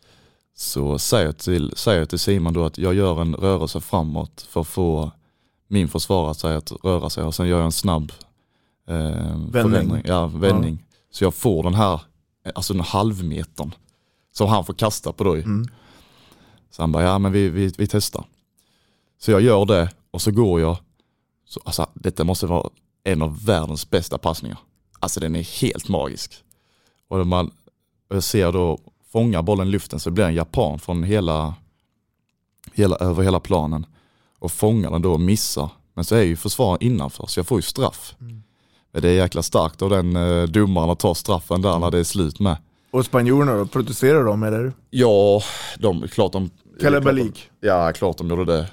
så säger jag, till, säger jag till Simon då att jag gör en rörelse framåt för att få min försvarare att röra sig och sen gör jag en snabb um, förändring. Ja, vändning. Ja. Så jag får den här, alltså den halvmetern. Som han får kasta på då. Mm. Så han bara, ja men vi, vi, vi testar. Så jag gör det och så går jag. Så, alltså, detta måste vara en av världens bästa passningar. Alltså den är helt magisk. Och man, jag ser då, fångar bollen i luften så blir en japan från hela, hela, över hela planen. Och fångar den då och missar. Men så är ju försvararen innanför så jag får ju straff. Mm. Men det är jäkla starkt av den eh, domaren att ta straffen där mm. när det är slut med. Och spanjorerna då? Protesterar de eller? Ja, de, klart de... Kalabalik. Ja, klart de gjorde det.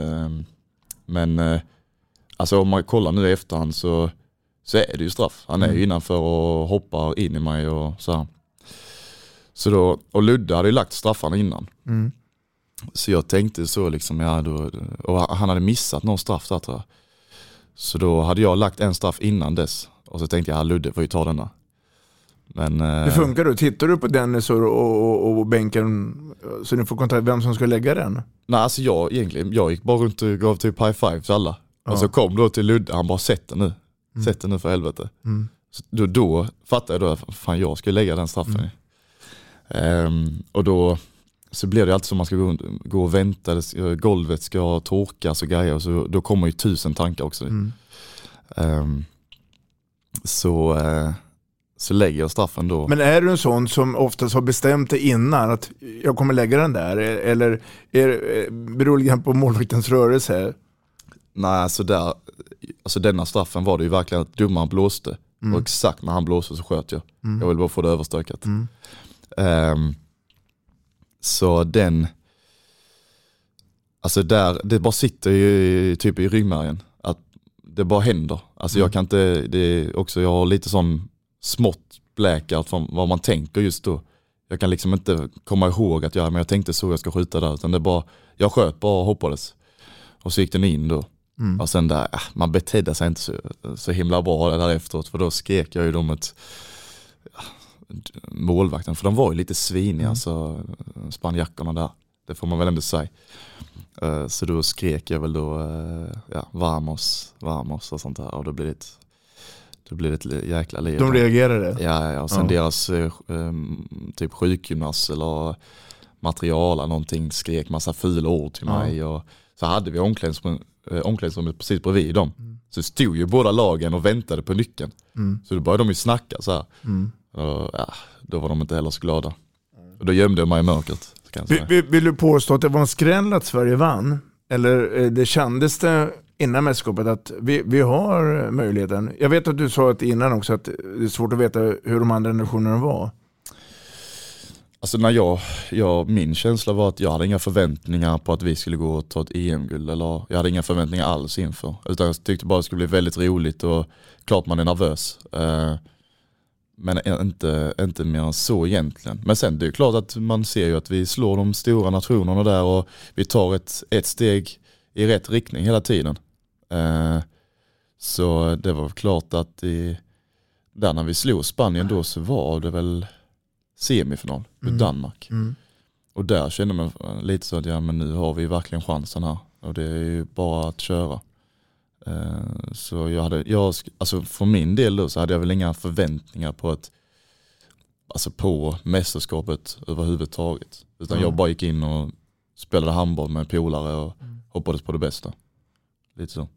Men alltså om man kollar nu i efterhand så, så är det ju straff. Han är mm. ju innanför och hoppar in i mig och så här. Så då, och Ludde hade ju lagt straffarna innan. Mm. Så jag tänkte så liksom, ja då, och han hade missat någon straff där tror jag. Så då hade jag lagt en straff innan dess. Och så tänkte jag, ja Ludde får ju ta denna. Men, hur funkar det? Tittar du på Dennis och, och, och bänken så ni får kontakt vem som ska lägga den? Nej, alltså jag egentligen, jag gick bara runt och gav typ high five till alla. Och så kom då till Ludde, han bara sätt den nu. Mm. Sätt den nu för helvete. Mm. Så då, då fattade jag då att fan jag skulle lägga den straffen. Mm. Um, och då så blir det alltid som man ska gå, gå och vänta, golvet ska torkas och grejer. Och så, då kommer ju tusen tankar också. Mm. Um, så, uh, så lägger jag straffen då. Men är du en sån som oftast har bestämt dig innan att jag kommer lägga den där? Eller är, beror det på målvaktens rörelse? Nej, alltså, där, alltså denna straffen var det ju verkligen att domaren blåste. Mm. Och exakt när han blåste så sköt jag. Mm. Jag vill bara få det överstökat. Mm. Um, så den... Alltså där, det bara sitter ju typ i ryggmärgen. Att det bara händer. Alltså mm. jag kan inte... Det är också, jag har lite sån smått blackout från vad man tänker just då. Jag kan liksom inte komma ihåg att jag, men jag tänkte så jag ska skjuta där. Utan det bara, jag sköt bara och hoppades. Och så gick den in då. Mm. Och sen där, man betedde sig inte så, så himla bra där efteråt. För då skrek jag ju dem ett ja, målvakten. För de var ju lite sviniga, mm. alltså spanjackorna där. Det får man väl ändå säga. Uh, så då skrek jag väl då, uh, ja, vamos, vamos och sånt där. Och då blir det ett, då blir det ett jäkla liv. De reagerade? Ja, ja, och sen ja. deras uh, um, typ sjukgymnast eller material eller någonting skrek massa fula ord till ja. mig. Och så hade vi omklädningsrummet omklädningsrummet precis bredvid dem. Mm. Så stod ju båda lagen och väntade på nyckeln. Mm. Så då började de ju snacka så här. Mm. Och, ja, då var de inte heller så glada. Mm. Och då gömde jag mig i mörkret. Vill, vill du påstå att det var en skräll att Sverige vann? Eller det kändes det innan mästerskapet att vi, vi har möjligheten? Jag vet att du sa att innan också att det är svårt att veta hur de andra nationerna var. Alltså när jag, jag, min känsla var att jag hade inga förväntningar på att vi skulle gå och ta ett E M-guld. Eller jag hade inga förväntningar alls inför. Utan jag tyckte bara det skulle bli väldigt roligt och klart man är nervös. Uh, men inte, inte mer än så egentligen. Men sen det är ju klart att man ser ju att vi slår de stora nationerna där och vi tar ett, ett steg i rätt riktning hela tiden. Uh, så det var klart att i, där när vi slog Spanien då så var det väl semifinal med mm. Danmark. Mm. Och där kände man lite så att ja, men nu har vi verkligen chansen här. Och det är ju bara att köra. Uh, så jag hade, jag, alltså för min del då så hade jag väl inga förväntningar på att alltså på mästerskapet överhuvudtaget. Utan mm. jag bara gick in och spelade handboll med polare och mm. hoppades på det bästa. Lite så.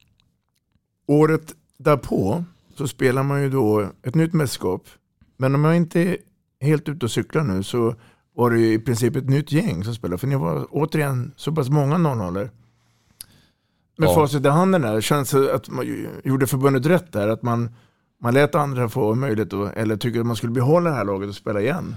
Året därpå så spelar man ju då ett nytt mästerskap. Men om jag inte är helt ute och cyklar nu så var det ju i princip ett nytt gäng som spelade. För ni var återigen så pass många noll-nollor. Med ja. facit i handen där, känns det att man gjorde förbundet rätt där? Att man, man lät andra få möjlighet att, eller tycker att man skulle behålla det här laget och spela igen?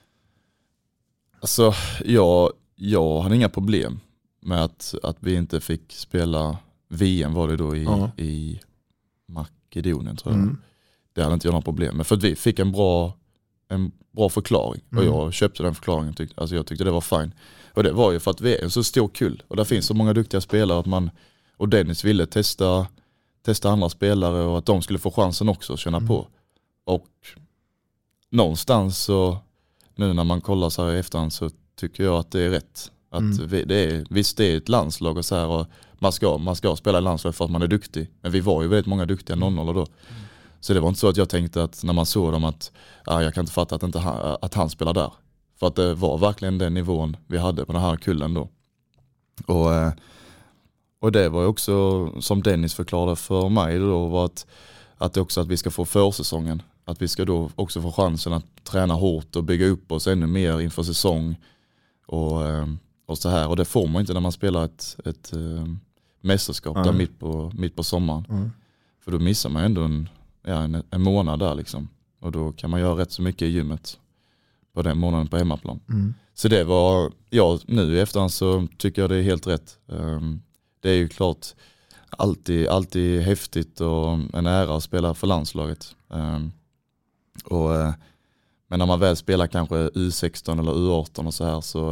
Alltså, jag, jag hade inga problem med att, att vi inte fick spela V M var det då i, ja. i Makedonien tror jag. Mm. Det hade inte jag några problem med. För att vi fick en bra, en bra förklaring. Mm. Och jag köpte den förklaringen. Tyckte, alltså jag tyckte det var fine. Och det var ju för att vi är en så stor kull. Och där finns så många duktiga spelare att man... Och Dennis ville testa, testa andra spelare och att de skulle få chansen också att känna mm. på. Och någonstans så, nu när man kollar så här i efterhand så tycker jag att det är rätt. Att mm. vi, det är, visst det är ett landslag och så här och man ska, man ska spela i landslag för att man är duktig. Men vi var ju väldigt många duktiga noll-noll då. Mm. Så det var inte så att jag tänkte att när man såg dem att ah, jag kan inte fatta att, inte han, att han spelar där. För att det var verkligen den nivån vi hade på den här kullen då. Och... Och det var ju också, som Dennis förklarade för mig då, var att, att det också att vi ska få försäsongen. Att vi ska då också få chansen att träna hårt och bygga upp oss ännu mer inför säsong. Och, och så här. Och det får man inte när man spelar ett, ett mästerskap mm. där mitt på, mitt på sommaren. Mm. För då missar man ändå en, ja, en, en månad där liksom. Och då kan man göra rätt så mycket i gymmet på den månaden på hemmaplan. Mm. Så det var, ja nu i efterhand så tycker jag det är helt rätt. Um, Det är ju klart alltid, alltid häftigt och en ära att spela för landslaget. Um, och, uh, men när man väl spelar kanske U sexton eller U arton och så här så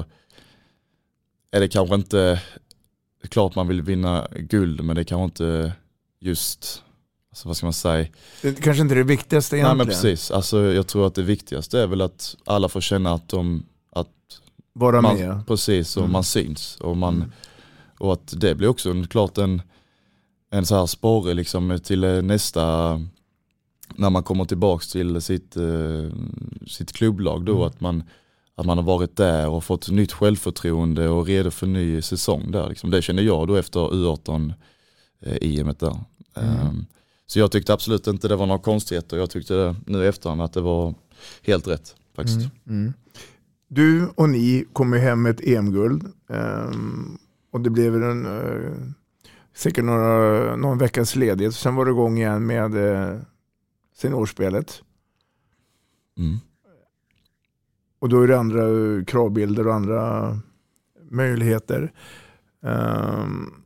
är det kanske inte klart man vill vinna guld, men det kanske inte just, alltså vad ska man säga? Det kanske inte är det viktigaste egentligen. Nej men precis, alltså, jag tror att det viktigaste är väl att alla får känna att de att Bara man, med. Precis, och mm. man syns och man mm. Och att det blir också en, klart en, en så här sporre liksom till nästa, när man kommer tillbaks till sitt, sitt klubblag då, mm. att man att man har varit där och fått nytt självförtroende och redo för ny säsong där liksom. Det känner jag då efter U arton E M där. Mm. Um, så jag tyckte absolut inte det var några konstigheter. Jag tyckte nu i efterhand att det var helt rätt faktiskt. Mm. Mm. Du och ni kom ju hem med ett E M-guld um, och det blev en uh, säkert några, någon veckas ledighet. Sen var det igång igen med uh, seniorspelet. Mm. Och då är det andra kravbilder och andra möjligheter. Um,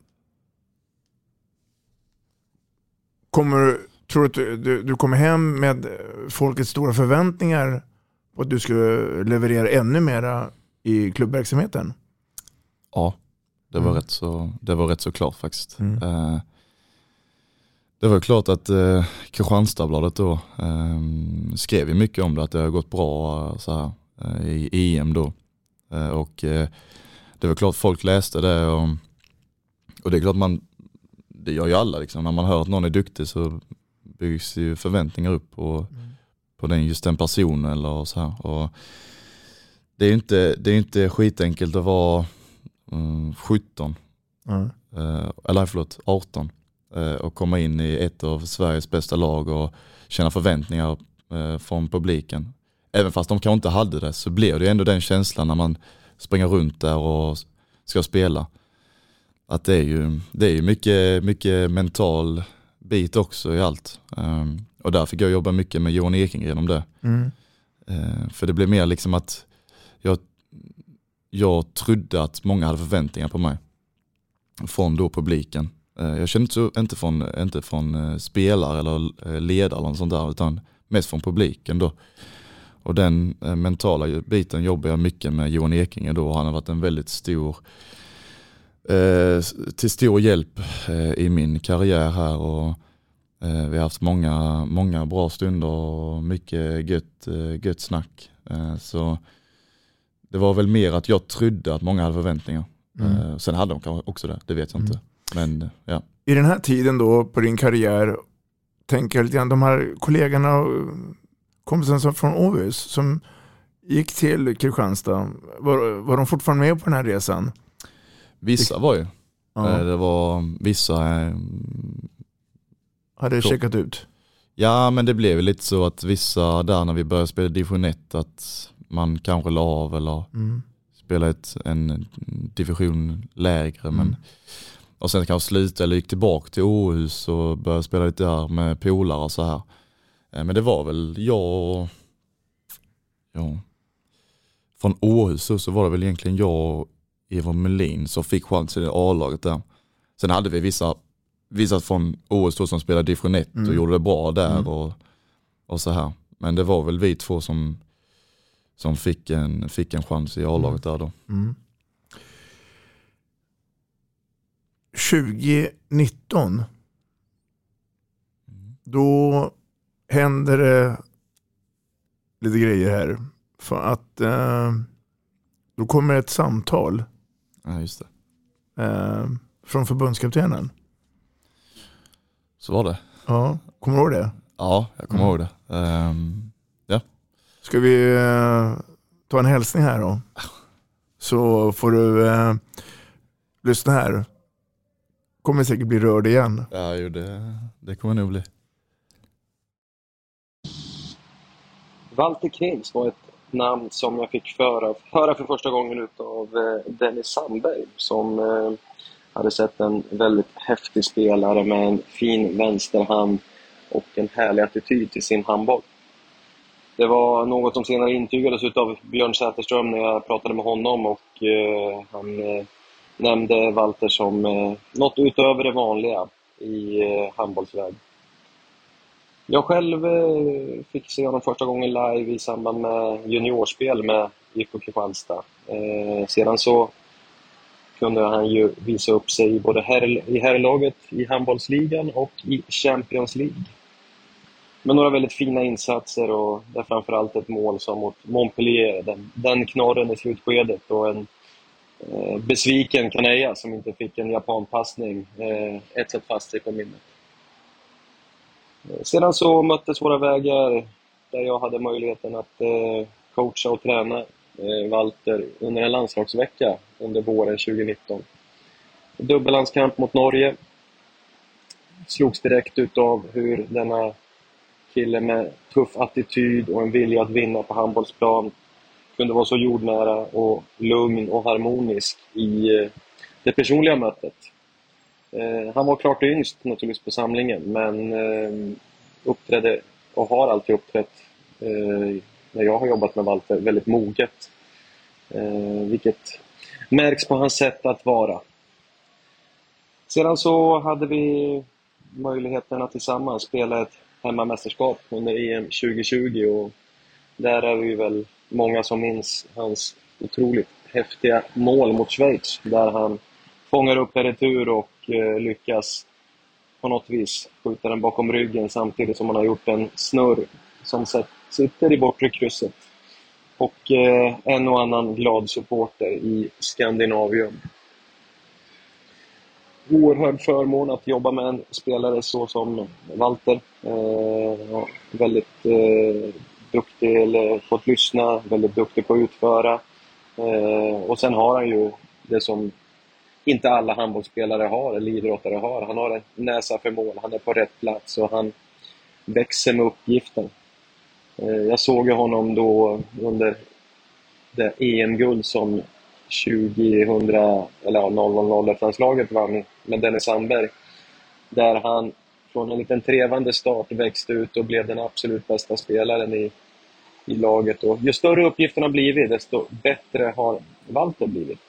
kommer, tror du att du, du kommer hem med folkets stora förväntningar på att du ska leverera ännu mera i klubbverksamheten? Ja, det var, mm. rätt, så, det var rätt så klart faktiskt. Mm. Uh, det var klart att uh, Kristianstadsbladet då uh, skrev ju mycket om det, att det har gått bra så här i E M då, och det var klart folk läste det, och, och det är klart man, det gör ju alla liksom, när man hör att någon är duktig så byggs ju förväntningar upp på, mm. på den, just den personen eller så här. Och det är ju inte, det är inte skitenkelt att vara um, sjutton mm. uh, eller förlåt arton uh, och komma in i ett av Sveriges bästa lag och känna förväntningar uh, från publiken. Även fast de kanske inte hade det, så blev det ändå den känslan när man springer runt där och ska spela. Att det är ju, det är ju mycket, mycket mental bit också i allt. Um, och där fick jag jobba mycket med Johan Ekengren om det. Mm. Uh, för det blev mer liksom att jag, jag trodde att många hade förväntningar på mig. Från då publiken. Uh, jag kände så, inte från, inte från uh, spelare eller uh, ledare eller något sånt där, utan mest från publiken då. Och den eh, mentala biten jobbar jag mycket med Johan Ekinge då. Han har varit en väldigt stor, eh, till stor hjälp eh, i min karriär här. Och eh, vi har haft många, många bra stunder och mycket gött, eh, gött snack. Eh, så det var väl mer att jag trodde att många hade förväntningar. Mm. Eh, sen hade de kanske också det, det vet jag inte. Mm. Men ja. I den här tiden då på din karriär, tänker jag lite grann, de här kollegorna kompisen som från Åhus som gick till Kristianstad, var, var de fortfarande med på den här resan? Vissa var ju. Ja. Det var vissa... Eh, hade det checkat ut? Ja, men det blev lite så att vissa där när vi började spela division ett att man kanske la av eller mm. spela ett, en division lägre. Mm. Men, och sen kanske sluta eller gick tillbaka till Åhus och började spela lite där med polare och så här. Men det var väl jag och, ja, från Åhus så, så var det väl egentligen jag och Eva Melin som fick chansen i A-laget där. Sen hade vi vissa, vissa från Åhus då som spelade division ett mm. och gjorde det bra där mm. och, och så här. Men det var väl vi två som, som fick, en, fick en chans i A-laget mm. där då. Mm. tjugo nitton då händer det lite grejer här. För att eh, då kommer ett samtal. Ja, just det. Eh, från förbundskaptenen. Så var det. Ja, kommer du ihåg det? Ja, jag kommer mm. ihåg det. Um, ja. Ska vi eh, ta en hälsning här då? Så får du eh, lyssna här. Kommer säkert bli rörd igen. Ja, jo, det, det kommer nog bli. Walter Krins var ett namn som jag fick föra, höra för första gången av Dennis Sandberg som eh, hade sett en väldigt häftig spelare med en fin vänsterhand och en härlig attityd till sin handboll. Det var något som senare intygades av Björn Säterström när jag pratade med honom och eh, han eh, nämnde Walter som eh, något utöver det vanliga i eh, handbollsvärld. Jag själv eh, fick se honom första gången live i samband med juniorspel med I F K Kristianstad. Eh, sedan så kunde han ju visa upp sig både här, i herrlaget, i handbollsligan och i Champions League. Men några väldigt fina insatser och där framförallt ett mål som mot Montpellier. Den, den knorren i slutskedet och en eh, besviken Kaneja som inte fick en japanpassning. Eh, ett sätt fast sig på minnet. Eh, sedan så möttes våra vägar där jag hade möjligheten att eh, coacha och träna eh, Walter under en landslagsvecka under våren tjugonitton. Dubbellandskamp mot Norge. Slogs direkt utav hur denna kille med tuff attityd och en vilja att vinna på handbollsplan kunde vara så jordnära och lugn och harmonisk i eh, det personliga mötet. Eh, han var klart yngst naturligtvis på samlingen, men eh, uppträdde och har alltid uppträtt eh, när jag har jobbat med Walter väldigt moget. Eh, vilket märks på hans sätt att vara. Sedan så hade vi möjligheten att tillsammans spela ett hemmamästerskap under E M tjugohundratjugo, och där är vi väl många som minns hans otroligt häftiga mål mot Schweiz, där han fångar upp en retur och eh, lyckas på något vis skjuta den bakom ryggen samtidigt som han har gjort en snurr som sitter i bortre krysset. Och eh, en och annan glad supporter i Skandinavium. Oerhörd förmån att jobba med en spelare så som Walter. Eh, väldigt eh, duktig, eller fått lyssna, väldigt duktig på att utföra. Eh, och sen har han ju det som inte alla handbollsspelare har, eller idrottare har. Han har en näsa för mål, han är på rätt plats och han växer med uppgiften. Eh, jag såg honom då under det E M-guld som tjugohundra eller ja, noll noll noll-landslaget vann med Dennis Sandberg, där han från en liten trevande start växte ut och blev den absolut bästa spelaren i, i laget. Och ju större uppgifterna har blivit, desto bättre har Walter blivit.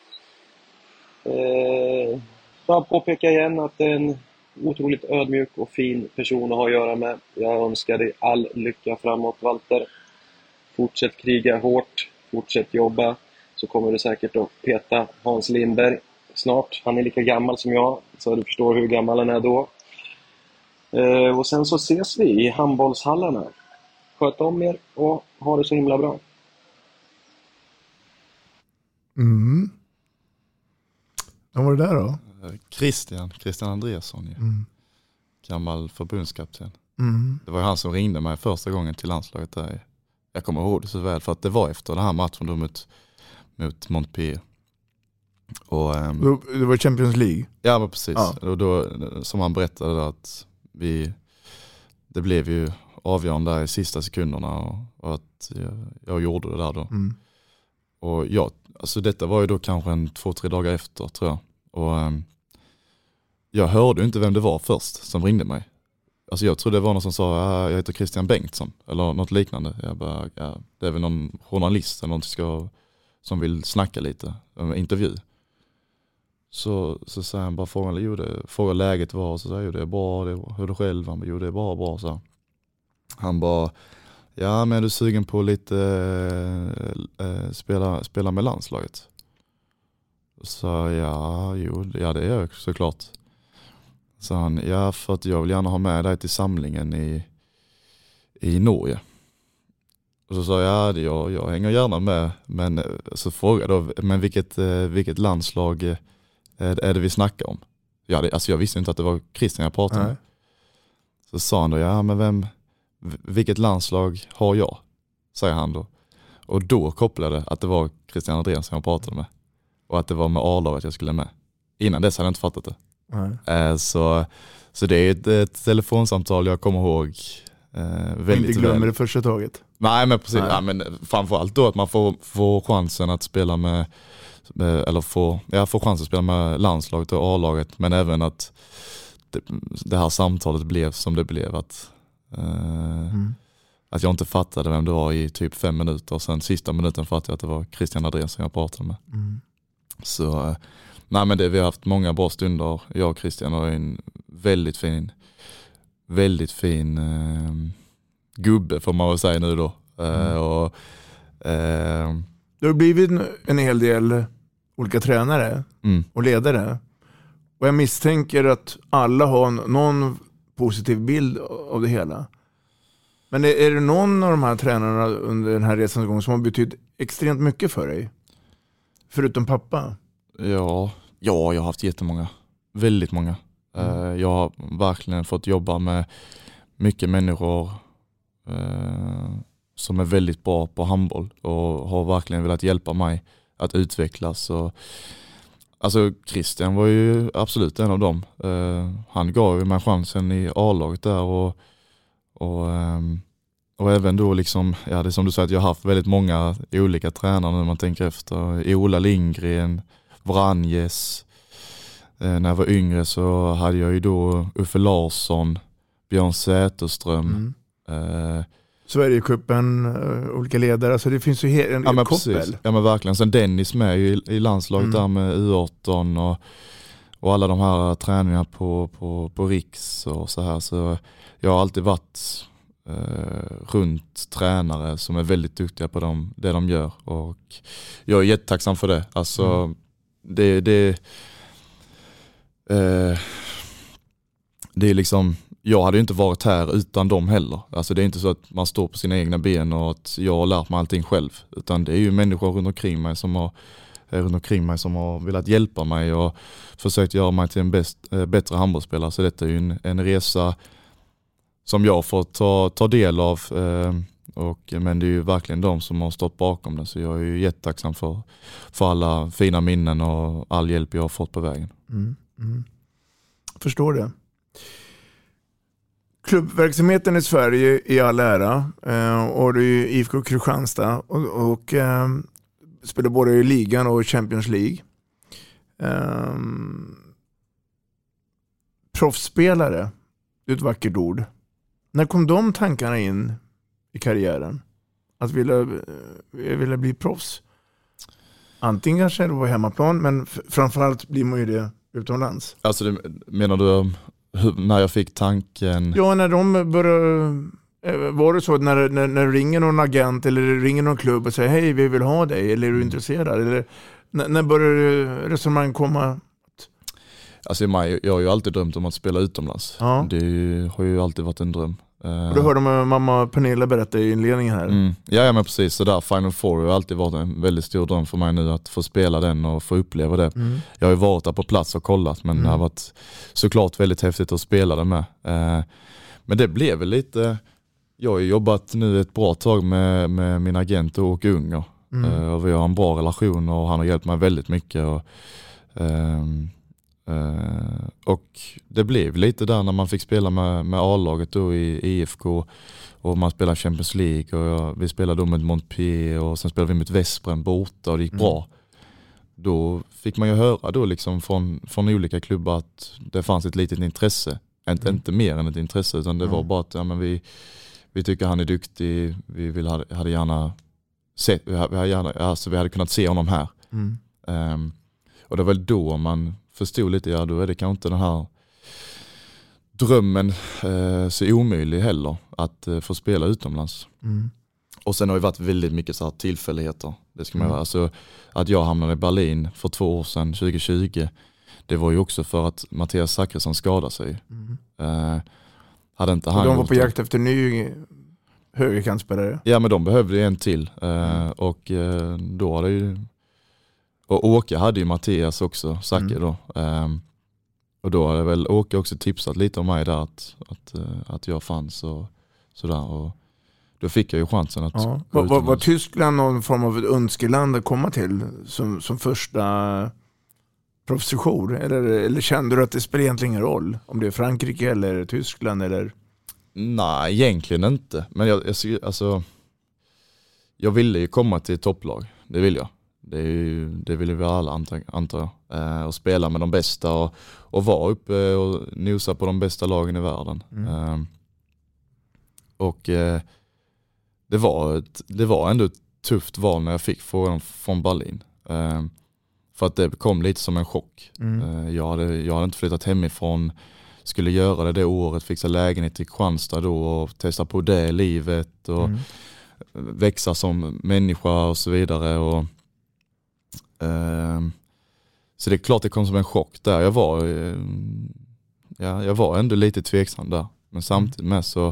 Eh, bara påpeka igen att det är en otroligt ödmjuk och fin person att ha att göra med. Jag önskar dig all lycka framåt, Walter. Fortsätt kriga hårt, fortsätt jobba, så kommer du säkert att peta Hans Lindberg snart. Han är lika gammal som jag, så du förstår hur gammal han är då. Eh, och sen så ses vi i handbollshallarna. Sköt om er och ha det så himla bra. Mm. Vad var det där då? Christian, Christian Andreasson. Ja. Mm. Gammal förbundskapten. Mm. Det var han som ringde mig första gången till landslaget där. Jag kommer ihåg det så väl, för att det var efter den här matchen då mot, mot Montpellier. Och, um, det var Champions League? Ja, men precis. Ja. Och då, som han berättade då, att vi, det blev ju avgörande där i sista sekunderna, och, och att jag, jag gjorde det där då. Mm. Och ja, alltså detta var ju då kanske en två, tre dagar efter, tror jag. Och um, jag hörde ju inte vem det var först som ringde mig. Alltså jag trodde det var någon som sa, ah, jag heter Christian Bengtsson eller något liknande. Jag bara, ja, det är väl någon journalist eller någon som, ska, som vill snacka lite, en intervju. Så, så säger han bara, fråga, jo, det, fråga läget var, och så säger jag, det är bra, det, hur är det själv? Han bara, jo det är bra, bra, så. Han bara, ja men är du sugen på lite äh, spela, spela med landslaget? Så ja, jo, ja det är jag såklart. Så han, ja för att jag vill gärna ha med dig till samlingen i, i Norge. Och så sa jag, ja jag, jag hänger gärna med, men så frågade jag då, men vilket, vilket landslag är, är det vi snackar om? Ja, det, alltså jag visste inte att det var Christian jag pratade med. Så sa han då, ja men vem, vilket landslag har jag? Säger han då. Och då kopplade att det var Christian Andrén som jag pratade med. Och att det var med A-laget jag skulle med. Innan dess hade jag inte fattat det. Mm. Så, så det är ett, ett telefonsamtal jag kommer ihåg eh, väldigt inte glömmer väl. Det första taget. Nej men precis, Nej. ja, men framförallt då att man får, får chansen att spela med, eller få, ja, får chansen att spela med landslaget och A-laget, men även att det, det här samtalet blev som det blev, att eh, mm. att jag inte fattade vem det var i typ fem minuter, och sen sista minuten fattade jag att det var Christian Andrén som jag pratade med. Mm. Så nej, men det, vi har haft många bra stunder, jag och Christian, och en väldigt fin väldigt fin eh, gubbe får man väl säga nu då. Mm. Eh, och, eh, det har blivit en hel del olika tränare mm. och ledare, och jag misstänker att alla har någon positiv bild av det hela. Men är, är det någon av de här tränarna under den här resans gång som har betytt extremt mycket för dig? förutom pappa? Ja, ja jag har haft jättemånga. Väldigt många. Mm. Jag har verkligen fått jobba med mycket människor eh, som är väldigt bra på handboll och har verkligen velat hjälpa mig att utvecklas. Och, alltså Christian var ju absolut en av dem. Eh, han gav ju mig chansen i A-laget där och, och, eh, och även då liksom, ja det är som du säger att jag har haft väldigt många olika tränare när man tänker efter. Ola Lindgren, Vranjes. Eh, när jag var yngre så hade jag ju då Uffe Larsson, Björn Säterström. Mm. Eh, Sverigecupen, uh, olika ledare, alltså det finns ju he- en ja, koppel. Ja men verkligen, sen Dennis med i, i landslaget mm. där med U arton och, och alla de här träningarna på, på, på Riks och så här. Så jag har alltid varit eh, runt tränare som är väldigt duktiga på dem, det de gör. Och jag är jättetacksam för det. Alltså mm. det, det, eh, det är liksom... Jag hade ju inte varit här utan dem heller. Alltså det är inte så att man står på sina egna ben och att jag har lärt mig allting själv. Utan det är ju människor runt omkring mig som har, runt omkring mig som har velat hjälpa mig och försökt göra mig till en bäst, äh, bättre handbollsspelare. Så detta är ju en, en resa som jag får ta, ta del av. Eh, och, men det är ju verkligen de som har stått bakom det. Så jag är ju jättetacksam för, för alla fina minnen och all hjälp jag har fått på vägen. Mm, mm. Förstår det. Klubbverksamheten i Sverige i all ära eh, och det är ju I F K Kristianstad och, och eh, spelar både i ligan och Champions League. Eh, proffsspelare, det är ett vackert ord. När kom de tankarna in i karriären? Att vilja, vilja bli proffs? Antingen kanske det var hemmaplan, men f- framförallt blir man ju det utomlands. Alltså det, menar du... När jag fick tanken... Ja, när de började... Var det så att när, när, när ringer någon agent eller ringer någon klubb och säger hej, vi vill ha dig, eller är du intresserad? Eller, när, när började resonemang komma? Alltså jag har ju alltid drömt om att spela utomlands. Ja. Det har ju alltid varit en dröm. Och du hörde mamma Pernilla berätta i inledningen här. Mm. Ja, ja, men precis. Så där, Final Four har alltid varit en väldigt stor dröm för mig nu att få spela den och få uppleva det. Mm. Jag har ju varit där på plats och kollat, men mm. det har varit såklart väldigt häftigt att spela det med. Eh, men det blev väl lite... Jag har ju jobbat nu ett bra tag med, med min agent Åke Unger. Mm. Eh, och vi har en bra relation och han har hjälpt mig väldigt mycket. Och, eh, Uh, och det blev lite där när man fick spela med, med A-laget då i I F K och man spelade Champions League och jag, vi spelade då med Montpellier och sen spelade vi mot Veszprem borta och det gick mm. bra. Då fick man ju höra då liksom från, från olika klubbar att det fanns ett litet intresse. Inte, mm. inte mer än ett intresse utan det mm. var bara att ja, men vi, vi tycker han är duktig, vi vill, hade, hade gärna sett, vi hade, gärna, alltså vi hade kunnat se honom här. Mm. Um, och det var väl då man förstod lite, ja då är det kanske inte den här drömmen eh, så omöjlig heller att eh, få spela utomlands. Mm. Och sen har det varit väldigt mycket så här tillfälligheter. Det ska man mm. alltså, att jag hamnade i Berlin för två år sedan, tjugo tjugo, det var ju också för att Mattias Zachrisson skadade sig. Mm. Eh, hade inte han de var på jakt efter ny högerkantspelare? Ja, men de behövde en till. Eh, mm. Och eh, då hade ju och Åke hade ju Mattias också, Zacke mm. då. Um, och då hade väl Åke också tipsat lite om mig där att, att, uh, att jag fanns och sådär. Och då fick jag ju chansen att... Ja. Var, var, var Tyskland någon form av ett önskeland att komma till som, som första profession? Eller, eller kände du att det spelar egentligen ingen roll? Om det är Frankrike eller Tyskland eller... Nej, egentligen inte. Men jag, jag, alltså, jag ville ju komma till topplag, det vill jag. Det, är ju, det vill vi alla antar, antar jag. Eh, och spela med de bästa och, och vara uppe och nosa på de bästa lagen i världen. Mm. Eh, och eh, det, var ett, det var ändå ett tufft val när jag fick frågan från Berlin. Eh, för att det kom lite som en chock. Mm. Eh, jag, hade, jag hade inte flyttat hemifrån, skulle göra det det året, fixa lägenhet i Kristianstad då och testa på det livet och mm. växa som människa och så vidare. Och Uh, så det är klart det kom som en chock där. Jag var uh, ja, jag var ändå lite tveksam där. Men samtidigt med så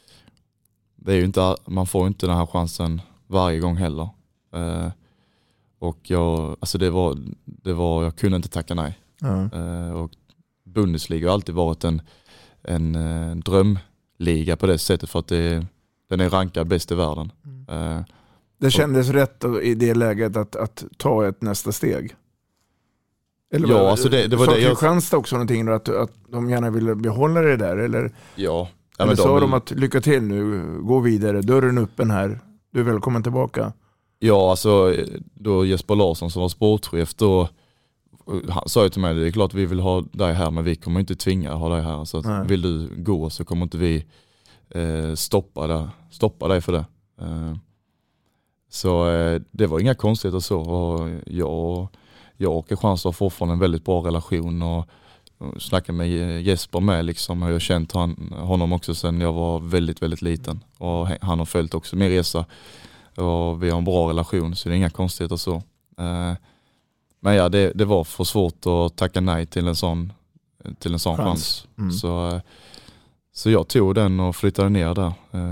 det är ju inte, man får inte den här chansen varje gång heller. Uh, Och jag, alltså det var, det var, jag kunde inte tacka nej. Ja. Uh, och Bundesliga har alltid varit en, en uh, drömliga på det sättet, för att det, den är rankad bäst i världen. Uh, det kändes och, rätt i det läget att, att ta ett nästa steg. Eller ja, var, alltså det, det var det jag... Fanns det också någonting då, att, att de gärna ville behålla det där? Eller, ja. eller men sa de, de att lycka till nu, gå vidare, dörren öppen här, du är välkommen tillbaka? Ja, alltså då Jesper Larsson som var sportchef, då han sa ju till mig, det är klart vi vill ha dig här, men vi kommer inte tvinga ha dig här. Så att vill du gå så kommer inte vi eh, stoppa, det, stoppa dig för det. Eh, så eh, det var inga konstigheter så. Och jag, jag och Kristianstad har fortfarande en väldigt bra relation, och, och snackar med Jesper med liksom. Jag har känt han, honom också sedan jag var väldigt, väldigt liten. Och han har följt också min resa. Och vi har en bra relation, så det är inga konstigheter så. Eh, Men ja, det, det var för svårt att tacka nej till en sån, till en sån chans. chans. Mm. Så, så jag tog den och flyttade ner där.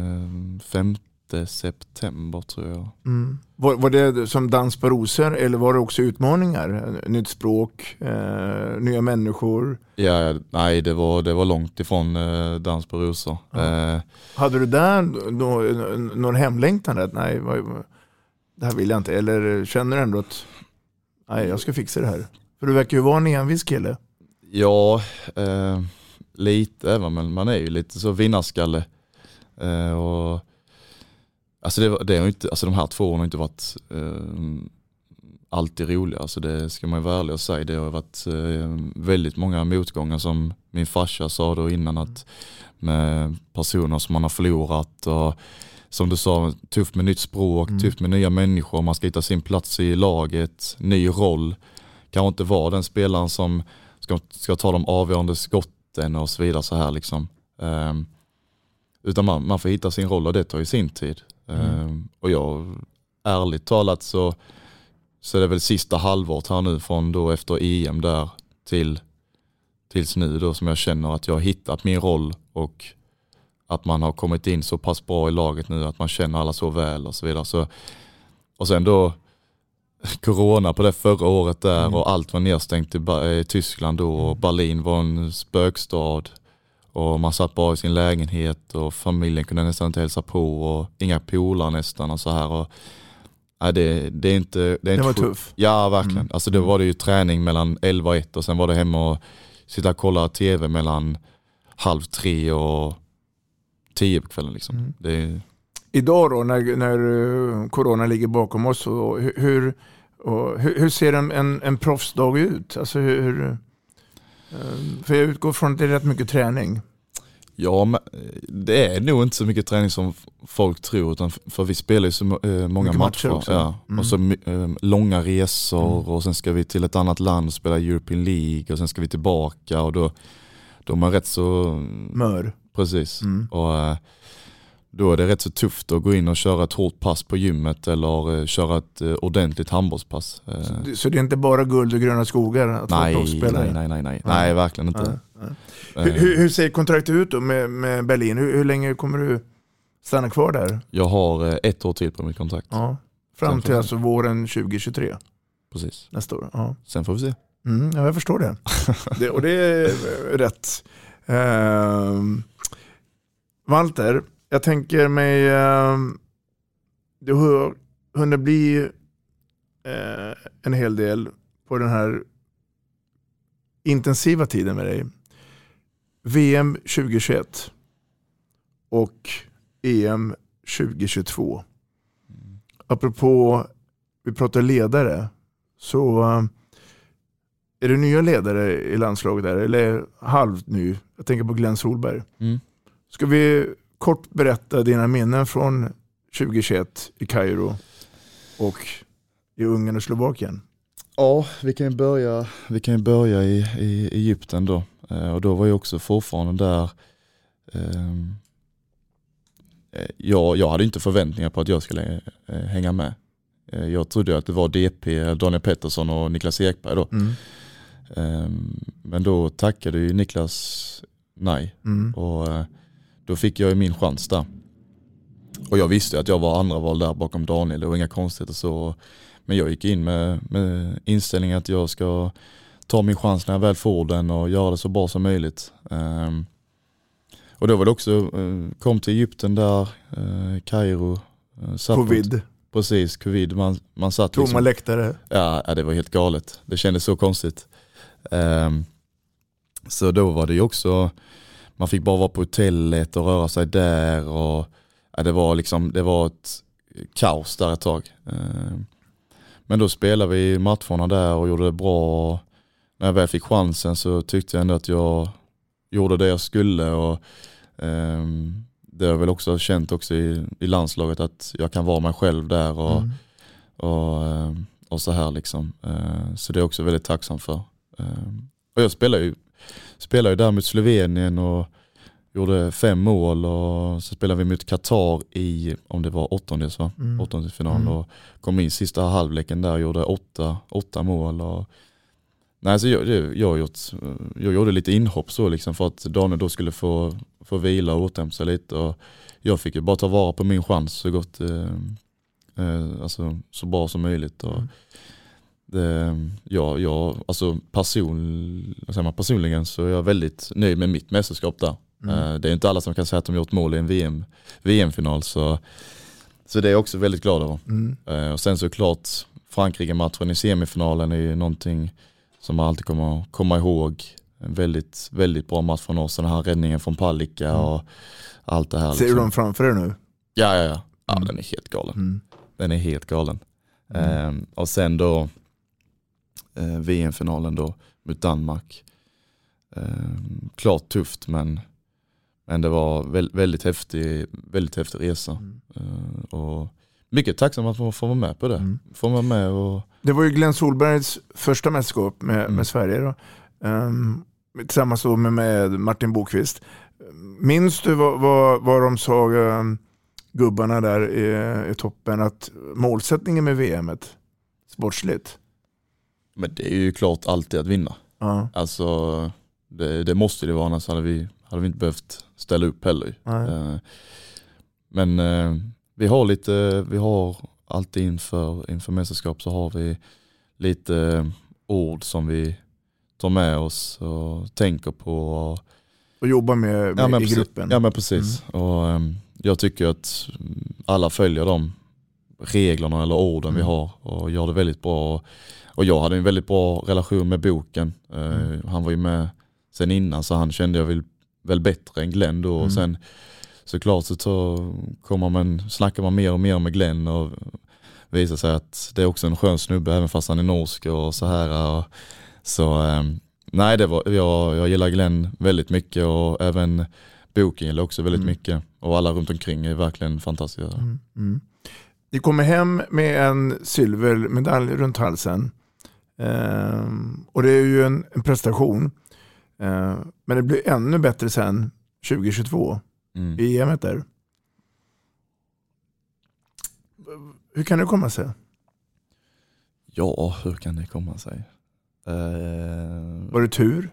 femte september tror jag. Mm. Var, var det som dans på rosor, eller var det också utmaningar? Nytt språk, eh, nya människor? Ja, nej, det var, det var långt ifrån eh, dans på rosor. Ja. Eh, Hade du där någon, någon hemlängtan? Att, nej, det här vill jag inte. Eller känner du ändå att nej, jag ska fixa det här? För du verkar ju vara en envis kille. Ja, eh, lite. Men man är ju lite så vinnarskalle. Eh, och, alltså, det, det har inte, alltså de här två åren har inte varit eh, alltid roliga. Alltså det ska man ju vara ärlig och säga. Det har varit eh, väldigt många motgångar, som min farsa sa då innan, att med personer som man har förlorat, och som du sa, tufft med nytt språk, mm. tufft med nya människor, man ska hitta sin plats i laget, ny roll. Kan inte vara den spelaren som ska, ska ta de avgörande skotten och så vidare så här liksom. Um, utan man, man får hitta sin roll, och det tar ju sin tid. Mm. Um, och jag, ärligt talat så, så är det väl sista halvåret här nu från då efter E M där till tills nu då, som jag känner att jag har hittat min roll, och att man har kommit in så pass bra i laget nu att man känner alla så väl och så vidare. Så, och sen då corona på det förra året där, mm. och allt var nedstängt i, i Tyskland då, och Berlin var en spökstad, och man satt bara i sin lägenhet, och familjen kunde nästan inte hälsa på, och inga polare nästan och så här. Och, nej, det, det är inte... Det, är det inte var tuff. Ja, verkligen. Mm. Alltså då var det ju träning mellan elva och ett, och sen var det hemma och sitta och kolla tv mellan halv tre och tio på kvällen liksom. Mm. Det är... Idag då, när, när corona ligger bakom oss, och hur, och hur, hur ser en, en, en proffsdag ut? Alltså hur, för jag utgår från att det är rätt mycket träning. Ja, men det är nog inte så mycket träning som folk tror, utan för vi spelar ju så många mycket matcher, matcher ja. mm. och så äh, långa resor, mm. och sen ska vi till ett annat land och spela European League, och sen ska vi tillbaka, och då, då är man rätt så mör. Precis. Mm. Och äh, då är det rätt så tufft att gå in och köra ett hårt pass på gymmet, eller äh, köra ett äh, ordentligt handbollspass. Äh. Så, så det är inte bara guld och gröna skogar att nej, vara proffsspelare? Nej, nej, nej, nej. Ja. Nej, verkligen inte. Ja, ja. Hur, hur, hur ser kontraktet ut då med, med Berlin? Hur, hur länge kommer du stanna kvar där? Jag har äh, ett år till på mitt kontrakt. Ja. Fram till alltså våren tjugo tjugotre? Precis. Nästa år? Ja. Sen får vi se. Mm, ja, jag förstår det. det. Och det är rätt. Uh, Walter, jag tänker mig uh, det har hunnit bli uh, en hel del på den här intensiva tiden med dig. V M tjugo tjugoett och E M tjugo tjugotvå. Mm. Apropå, vi pratar ledare, så uh, är det nya ledare i landslaget där, eller halvt ny? Jag tänker på Glenn Solberg. Mm. Ska vi kort berätta dina minnen från tjugo tjugoett i Kairo och i Ungern och Slovakien? Ja, vi kan ju börja, vi kan ju börja i, i Egypten då. Eh, och då var jag också fortfarande där. Eh, jag, jag hade inte förväntningar på att jag skulle eh, hänga med. Eh, jag trodde att det var D P, Daniel Pettersson och Niklas Ekberg då. Mm. Eh, men då tackade ju Niklas nej. Mm. Och eh, då fick jag ju min chans där. och jag visste att jag var andra val där bakom Daniel. Det var inga konstigheter så. Men jag gick in med, med inställningen att jag ska ta min chans när jag väl får den och göra det så bra som möjligt. Um, och då var det också, uh, kom till Egypten där, uh, Kairo. Uh, Covid. Precis, covid. Man, man satt Tomma liksom, läktare. Ja, ja, det var helt galet. Det kändes så konstigt. Um, så då var det ju också, man fick bara vara på hotellet och röra sig där. Och, ja, det var liksom, det var ett kaos där ett tag. Um, men då spelade vi matcherna där och gjorde det bra. När jag väl fick chansen så tyckte jag ändå att jag gjorde det jag skulle. Och um, det har jag väl också känt också i, i landslaget att jag kan vara mig själv där och, mm. och, och, och så här liksom. Uh, så det är jag också väldigt tacksam för. Uh, och jag spelar ju, spelar ju där mot Slovenien och gjorde fem mål och så spelade vi mot Qatar i, om det var åttondels va? Mm. Åttondelsfinal mm. och kom in sista halvleken där och gjorde åtta, åtta mål och nej, så jag, jag, jag, gjort, jag gjorde lite inhopp så liksom för att Daniel då skulle få, få vila och återhämta sig lite och jag fick ju bara ta vara på min chans så gott eh, eh, alltså, så bra som möjligt och mm. det, ja, jag, alltså person, alltså man, personligen så är jag väldigt nöjd med mitt mästerskap där. Mm. Eh, det är inte alla som kan säga att de gjort mål i en V M, V M-final så, så det är jag också väldigt glad över. Mm. Eh, och sen såklart Frankrike-matchen i semifinalen är ju någonting som man alltid kommer att komma ihåg. En väldigt, väldigt bra match från oss. Den här räddningen från Palicka mm. och allt det här. Ser liksom. Du dem framför dig nu? Ja, ja, ja. ja mm. Den är helt galen. Mm. Den är helt galen. Mm. Ehm, och sen då eh, V M-finalen då mot Danmark. Ehm, klart tufft, men, men det var vä- väldigt häftig, väldigt häftig resa. Mm. Ehm, och mycket tacksam att få, få vara med på det. Mm. Få vara med och det var ju Glenn Solbergs första mästerskap med, mm. med Sverige då. Um, tillsammans då med, med Martin Bokvist. Minns du vad, vad, vad de sa um, gubbarna där i, i toppen att målsättningen med V M-et sportsligt? Men det är ju klart alltid att vinna. Uh. Alltså det, det måste det vara, annars hade vi, hade vi inte behövt ställa upp heller. Uh. Men uh, vi har lite, vi har alltid inför, inför mästerskap så har vi lite ord som vi tar med oss och tänker på. Och, och jobbar med, med ja, men i precis, gruppen. Ja men precis. Mm. Och, um, jag tycker att alla följer de reglerna eller orden mm. vi har och gör det väldigt bra. Och, och jag hade en väldigt bra relation med boken. Mm. Uh, han var ju med sen innan så han kände jag väl, väl bättre än Glenn då. Mm. Och sen såklart så tar, kommer man, snackar man mer och mer med Glenn och visar sig att det är också en skön snubbe även fast han är norsk och så här. Och, så um, nej, det var, jag, jag gillar Glenn väldigt mycket och även boken gillar också väldigt mm. mycket. Och alla runt omkring är verkligen fantastiska. Mm. Mm. Ni kommer hem med en silvermedalj runt halsen. Um, och det är ju en, en prestation. Uh, men det blir ännu bättre sen tjugohundratjugotvå. Mm. I E M-et där. Hur kan det komma sig? Ja, hur kan det komma sig? Uh... Var det tur?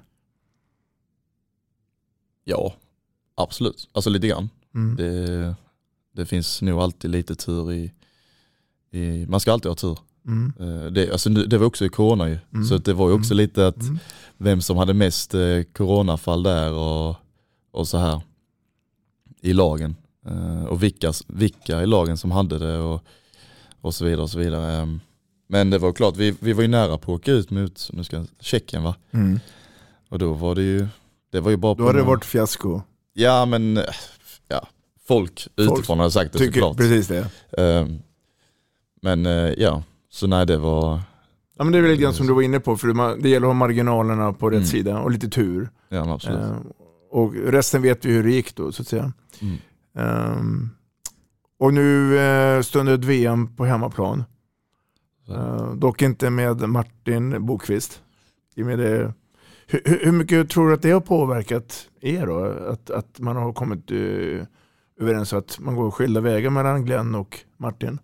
Ja, absolut. Alltså lite grann. Mm. Det, det finns nog alltid lite tur i... i man ska alltid ha tur. Mm. Uh, det, alltså, det var också i corona ju. Mm. Så det var ju också mm. lite att mm. vem som hade mest uh, coronafall där och, och så här. I lagen uh, och vilka, vilka i lagen som hade det och, och så vidare och så vidare. Um, men det var klart, vi, vi var ju nära på att åka ut mot nu ska, Tjeckien va? Mm. Och då var det ju det var ju bara då hade det varit fiasko. Ja men ja, folk, folk utifrån hade sagt det tycker, såklart. Precis det. Um, men uh, ja, så nej det var ja men det är väl lite grann som du var inne på för det gäller att ha marginalerna på rätt mm. sida och lite tur. Ja absolut. Uh, och resten vet vi hur det gick då så att säga. Mm. Um, och nu uh, stunder ett V M på hemmaplan. Uh, dock inte med Martin Bokvist. Med det, hur, hur mycket tror du att det har påverkat er då? Att, att man har kommit uh, överens att man går skilda vägar mellan Glenn och Martin?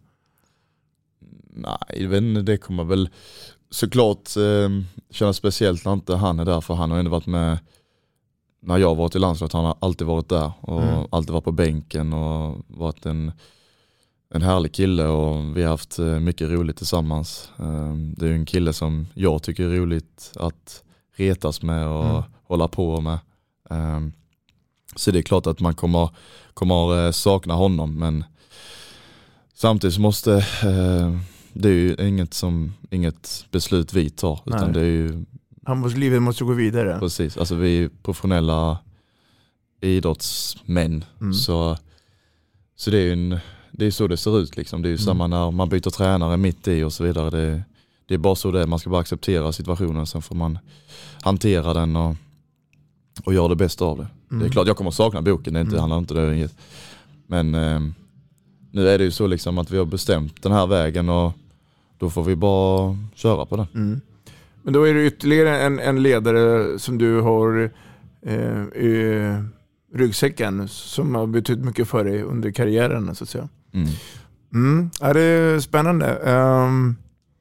Nej, men det kommer väl såklart uh, kännas speciellt när inte han är där för han har ändå varit med när jag varit i landslaget, han har alltid varit där och Mm. alltid varit på bänken och varit en, en härlig kille och vi har haft mycket roligt tillsammans. Det är ju en kille som jag tycker är roligt att retas med och mm. hålla på med. Så det är klart att man kommer, kommer sakna honom, men samtidigt så måste det är ju inget, som, inget beslut vi tar, utan Nej. det är ju handbollslivet måste gå vidare. Precis, alltså vi är professionella idrottsmän. Mm. Så, så det är ju en, det är så det ser ut liksom. Det är ju mm. samma när man byter tränare mitt i och så vidare. Det, det är bara så det är. Man ska bara acceptera situationen, sen får man hantera den och, och göra det bästa av det. Mm. Det är klart jag kommer att sakna boken, det är inte, mm. handlar inte det. Men eh, nu är det ju så liksom att vi har bestämt den här vägen och då får vi bara köra på den. Mm. Men då är det ytterligare en, en ledare som du har eh, i ryggsäcken som har betytt mycket för dig under karriären, så att säga. Mm. Mm. Ja, det är spännande. Um,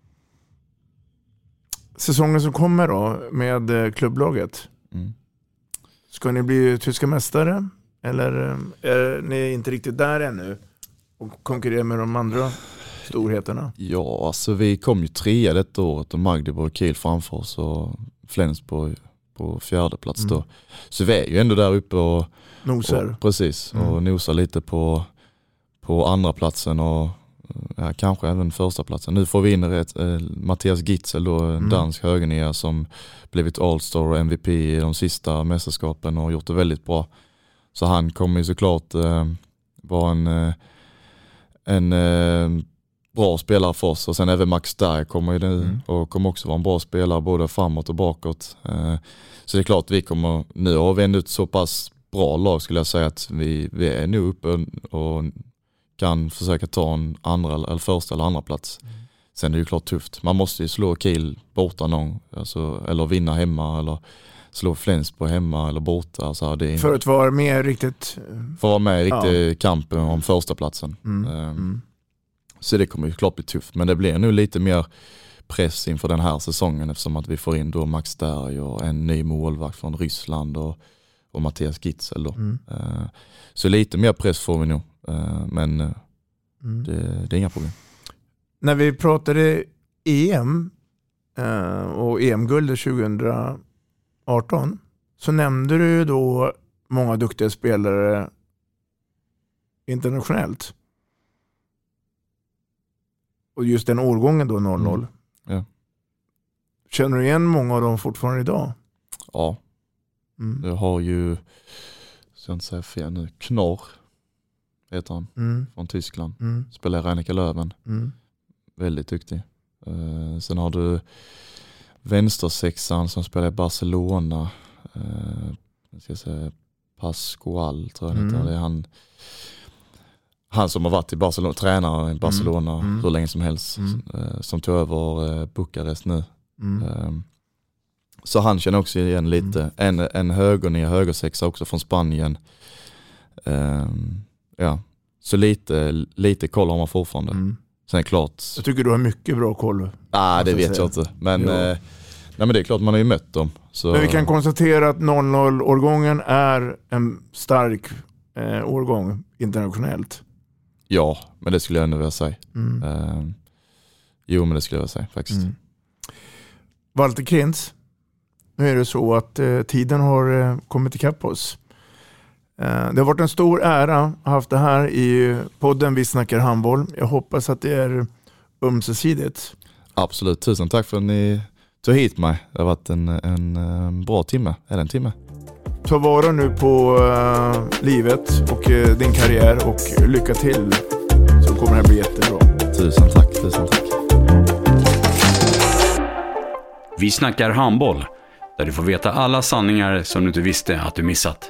säsongen som kommer då med klubblaget. Mm. Ska ni bli tyska mästare? Eller är ni inte riktigt där ännu och konkurrerar med de andra storheterna? Ja, alltså vi kom ju trea detta året och Magdeburg och Kiel framför oss och Flensburg på fjärde plats mm. då. Så vi är ju ändå där uppe och nosar. Och, precis, mm. och nosar lite på, på andra platsen och ja, kanske även första platsen. Nu får vi in ett, eh, Mattias Gitzel då, en mm. dansk högernia som blivit All-Star och M V P i de sista mästerskapen och gjort det väldigt bra. Så han kommer ju såklart eh, vara en, eh, en eh, bra spelare för oss. Och sen även Max Dyer kommer ju nu mm. och kommer också vara en bra spelare både framåt och bakåt. Eh, så det är klart vi kommer, nu har vi ändå ett så pass bra lag skulle jag säga att vi, vi är nu uppe och kan försöka ta en andra eller första eller andra plats. Mm. Sen är det ju klart tufft. Man måste ju slå Kiel borta någon, alltså, eller vinna hemma eller slå Flensburg hemma eller borta. Alltså, det är, för att vara med riktigt... För att vara med i riktigt ja. kampen om första platsen. Mm. Um, mm. Så det kommer ju klart bli tufft. Men det blir nu lite mer press inför den här säsongen eftersom att vi får in då Max Derg och en ny målvakt från Ryssland och, och Mattias Gitzel då. Mm. Uh, så lite mer press får vi nog. Uh, men uh, mm. det, det är inga problem. När vi pratade E M uh, och E M-guldet tjugo arton så nämnde du då många duktiga spelare internationellt. Och just den årgången då noll noll. Mm. Ja. Känner du igen många av dem fortfarande idag? Ja. Mm. Jag har ju, ska jag inte säga fel nu, Knorr heter han, mm. från Tyskland. Mm. Spelar Reinicke Löwen. Mm. Väldigt duktig. Uh, sen har du vänstersexan som spelar i Barcelona. Uh, jag ska säga Pascual tror jag mm. heter. Det är han, han som har varit i Barcelona, tränare i Barcelona mm. Mm. hur länge som helst. Mm. Uh, som tog över uh, Bukarest nu. Mm. Uh, så han känner också igen lite. Mm. En, en högernia, högersexa också från Spanien. Uh, ja. Så lite, lite koll har man fortfarande. Mm. Sen är det klart. Jag tycker du har mycket bra koll. Nej, ah, det vet säga. jag inte. Men, eh, nej, men det är klart man har ju mött dem. Så. Men vi kan konstatera att noll noll-årgången är en stark eh, årgång internationellt. Ja, men det skulle jag ändå vilja säga. Mm. Eh, jo, men det skulle jag vilja säga faktiskt. Mm. Walter Krintz, nu är det så att eh, tiden har eh, kommit ikapp oss. Eh, det har varit en stor ära att ha haft det här i podden Vi snackar handboll. Jag hoppas att det är ömsesidigt. Absolut, tusen tack för att ni tog hit mig. Det har varit en, en, en bra timme, eller en timme. Ta vara nu på uh, livet och uh, din karriär och lycka till, så kommer det här bli jättebra. Tusen tack, tusen tack. Vi snackar handboll, där du får veta alla sanningar som du inte visste att du missat.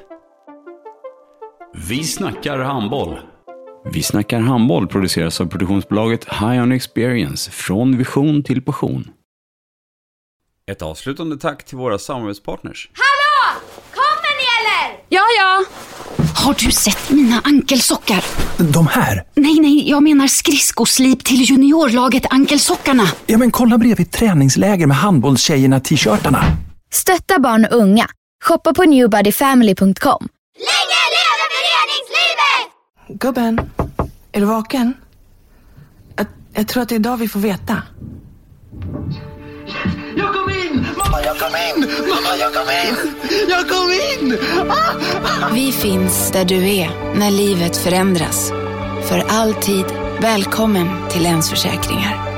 Vi snackar handboll. Vi snackar handboll produceras av produktionsbolaget High On Experience, från vision till passion. Ett avslutande tack till våra samarbetspartners. Hallå! Kommer ni eller? Ja, ja. Har du sett mina ankelsockar? De här? Nej, nej, jag menar skridskoslip till juniorlaget Ankelsockarna. Ja, men kolla bredvid träningsläger med handbollstjejerna t-shirtarna. Stötta barn och unga. Shoppa på new body family punkt com. Länge leve föreningslivet! Gubben, är du vaken? Jag, jag tror att det är idag vi får veta. Jag kom in! Mamma, jag kom in! Mamma, jag kom in! Jag kom in! Ah! Vi finns där du är när livet förändras. För alltid välkommen till Länsförsäkringar.